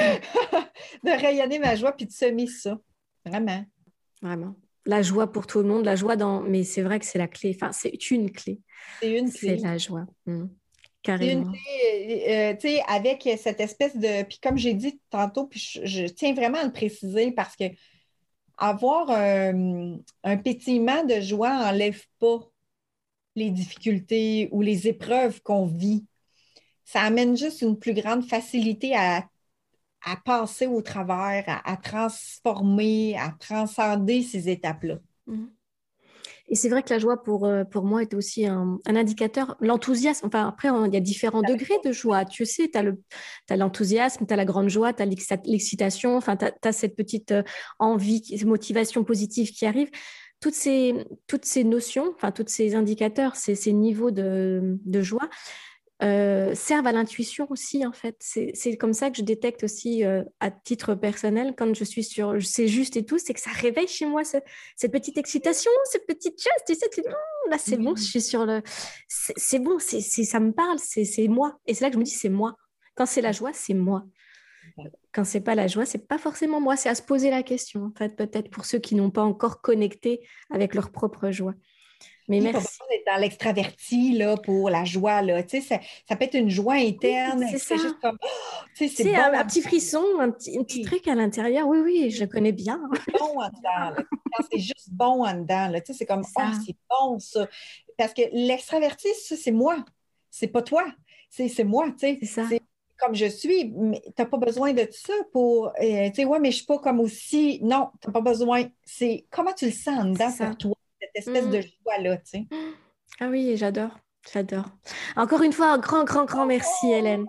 de rayonner ma joie puis de semer ça. Vraiment. Vraiment. La joie pour tout le monde, la joie dans... Mais c'est vrai que c'est la clé, enfin, c'est une clé. C'est une C'est clé. la joie. Mmh. C'est une Carrément. clé, euh, tu sais, avec cette espèce de... Puis comme j'ai dit tantôt, puis je, je tiens vraiment à le préciser parce que avoir un, un pétillement de joie n'enlève pas les difficultés ou les épreuves qu'on vit. Ça amène juste une plus grande facilité à, à passer au travers, à, à transformer, à transcender ces étapes-là. Mmh. Et c'est vrai que la joie, pour, euh, pour moi, est aussi un, un indicateur. L'enthousiasme, enfin, après, on- il y a différents degrés de joie. Tu sais, tu as le, t'as l'enthousiasme, tu as la grande joie, tu as l'excitation, enfin, tu as cette petite euh, envie, motivation positive qui arrive. Toutes ces, toutes ces notions, enfin, tous ces indicateurs, ces, ces niveaux de, de joie, euh, servent à l'intuition aussi, en fait. C'est, c'est comme ça que je détecte aussi, euh, à titre personnel, quand je suis sur c'est juste et tout, c'est que ça réveille chez moi ce, cette petite excitation, cette petite chose, tu sais, tu dis, Hum, là, c'est bon, je Oui. suis sur le... C'est, c'est bon, c'est, c'est, ça me parle, c'est, c'est moi. Et c'est là que je me dis, c'est moi. Quand c'est la joie, c'est moi. Quand c'est pas la joie, c'est pas forcément moi. C'est à se poser la question, en fait, peut-être pour ceux qui n'ont pas encore connecté avec leur propre joie. Mais Puis, pas merci. besoin d'être dans l'extraverti là, pour la joie. Là. Tu sais, ça, ça peut être une joie Oui, interne c'est qui fait ça. juste comme, oh, tu sais, c'est C'est un, bon un en petit frisson, un petit, un petit oui, truc à l'intérieur. Oui, oui, je le connais bien. c'est bon en dedans. Là. Quand c'est juste bon en dedans, là, tu sais, c'est comme, C'est oh, ça. c'est bon ça. Parce que l'extraverti, ça, c'est moi. C'est pas toi. C'est, c'est moi, tu sais. C'est ça. C'est comme je suis. Mais t'as pas besoin de ça pour, euh, tu sais, ouais, mais je suis pas comme aussi. Non, t'as pas besoin. C'est comment tu le sens en C'est dedans ça. pour toi, cette espèce Mm. de joie-là, tu sais. Ah oui, j'adore. J'adore. Encore une fois, un grand, grand, grand merci, Hélène.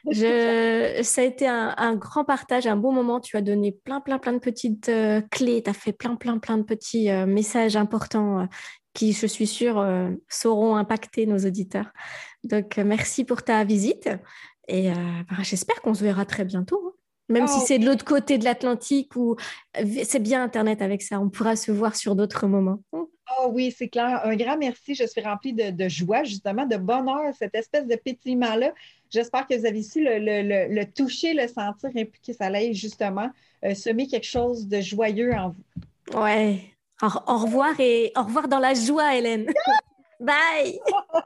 Je... Ça a été un, un grand partage, un beau moment. Tu as donné plein, plein, plein de petites euh, clés. Tu as fait plein, plein, plein de petits euh, messages importants euh, qui, je suis sûre, euh, sauront impacter nos auditeurs. Donc, euh, merci pour ta visite. Et euh, ben, j'espère qu'on se verra très bientôt, hein. Même si Oh, c'est de l'autre côté de l'Atlantique, ou c'est bien Internet avec ça, on pourra se voir sur d'autres moments. oh oui, c'est clair. Un grand merci. Je suis remplie de, de joie, justement, de bonheur, cette espèce de pétillement-là. J'espère que vous avez su le, le- le- le toucher, le sentir et puis que ça allait justement euh, semer quelque chose de joyeux en vous. Ouais. Au, au revoir et au revoir dans la joie, Hélène. Bye.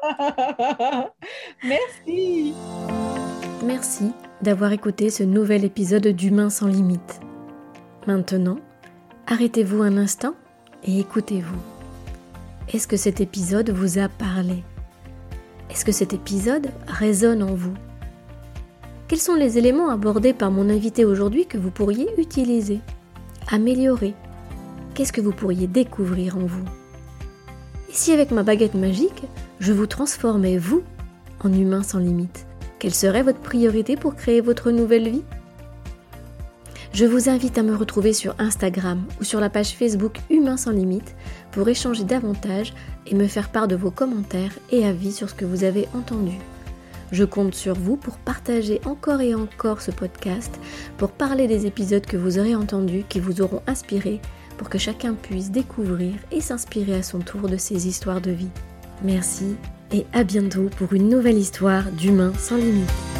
Merci. Merci d'avoir écouté ce nouvel épisode d'Humains sans limite. Maintenant, arrêtez-vous un instant et écoutez-vous. Est-ce que cet épisode vous a parlé? Est-ce que cet épisode résonne en vous? Quels sont les éléments abordés par mon invité aujourd'hui que vous pourriez utiliser, améliorer? Qu'est-ce que vous pourriez découvrir en vous? Et si avec ma baguette magique, je vous transformais, vous, en humain sans limite, quelle serait votre priorité pour créer votre nouvelle vie ? Je vous invite à me retrouver sur Instagram ou sur la page Facebook Humain sans limite pour échanger davantage et me faire part de vos commentaires et avis sur ce que vous avez entendu. Je compte sur vous pour partager encore et encore ce podcast, pour parler des épisodes que vous aurez entendus, qui vous auront inspiré, pour que chacun puisse découvrir et s'inspirer à son tour de ces histoires de vie. Merci et à bientôt pour une nouvelle histoire d'Humain sans limite.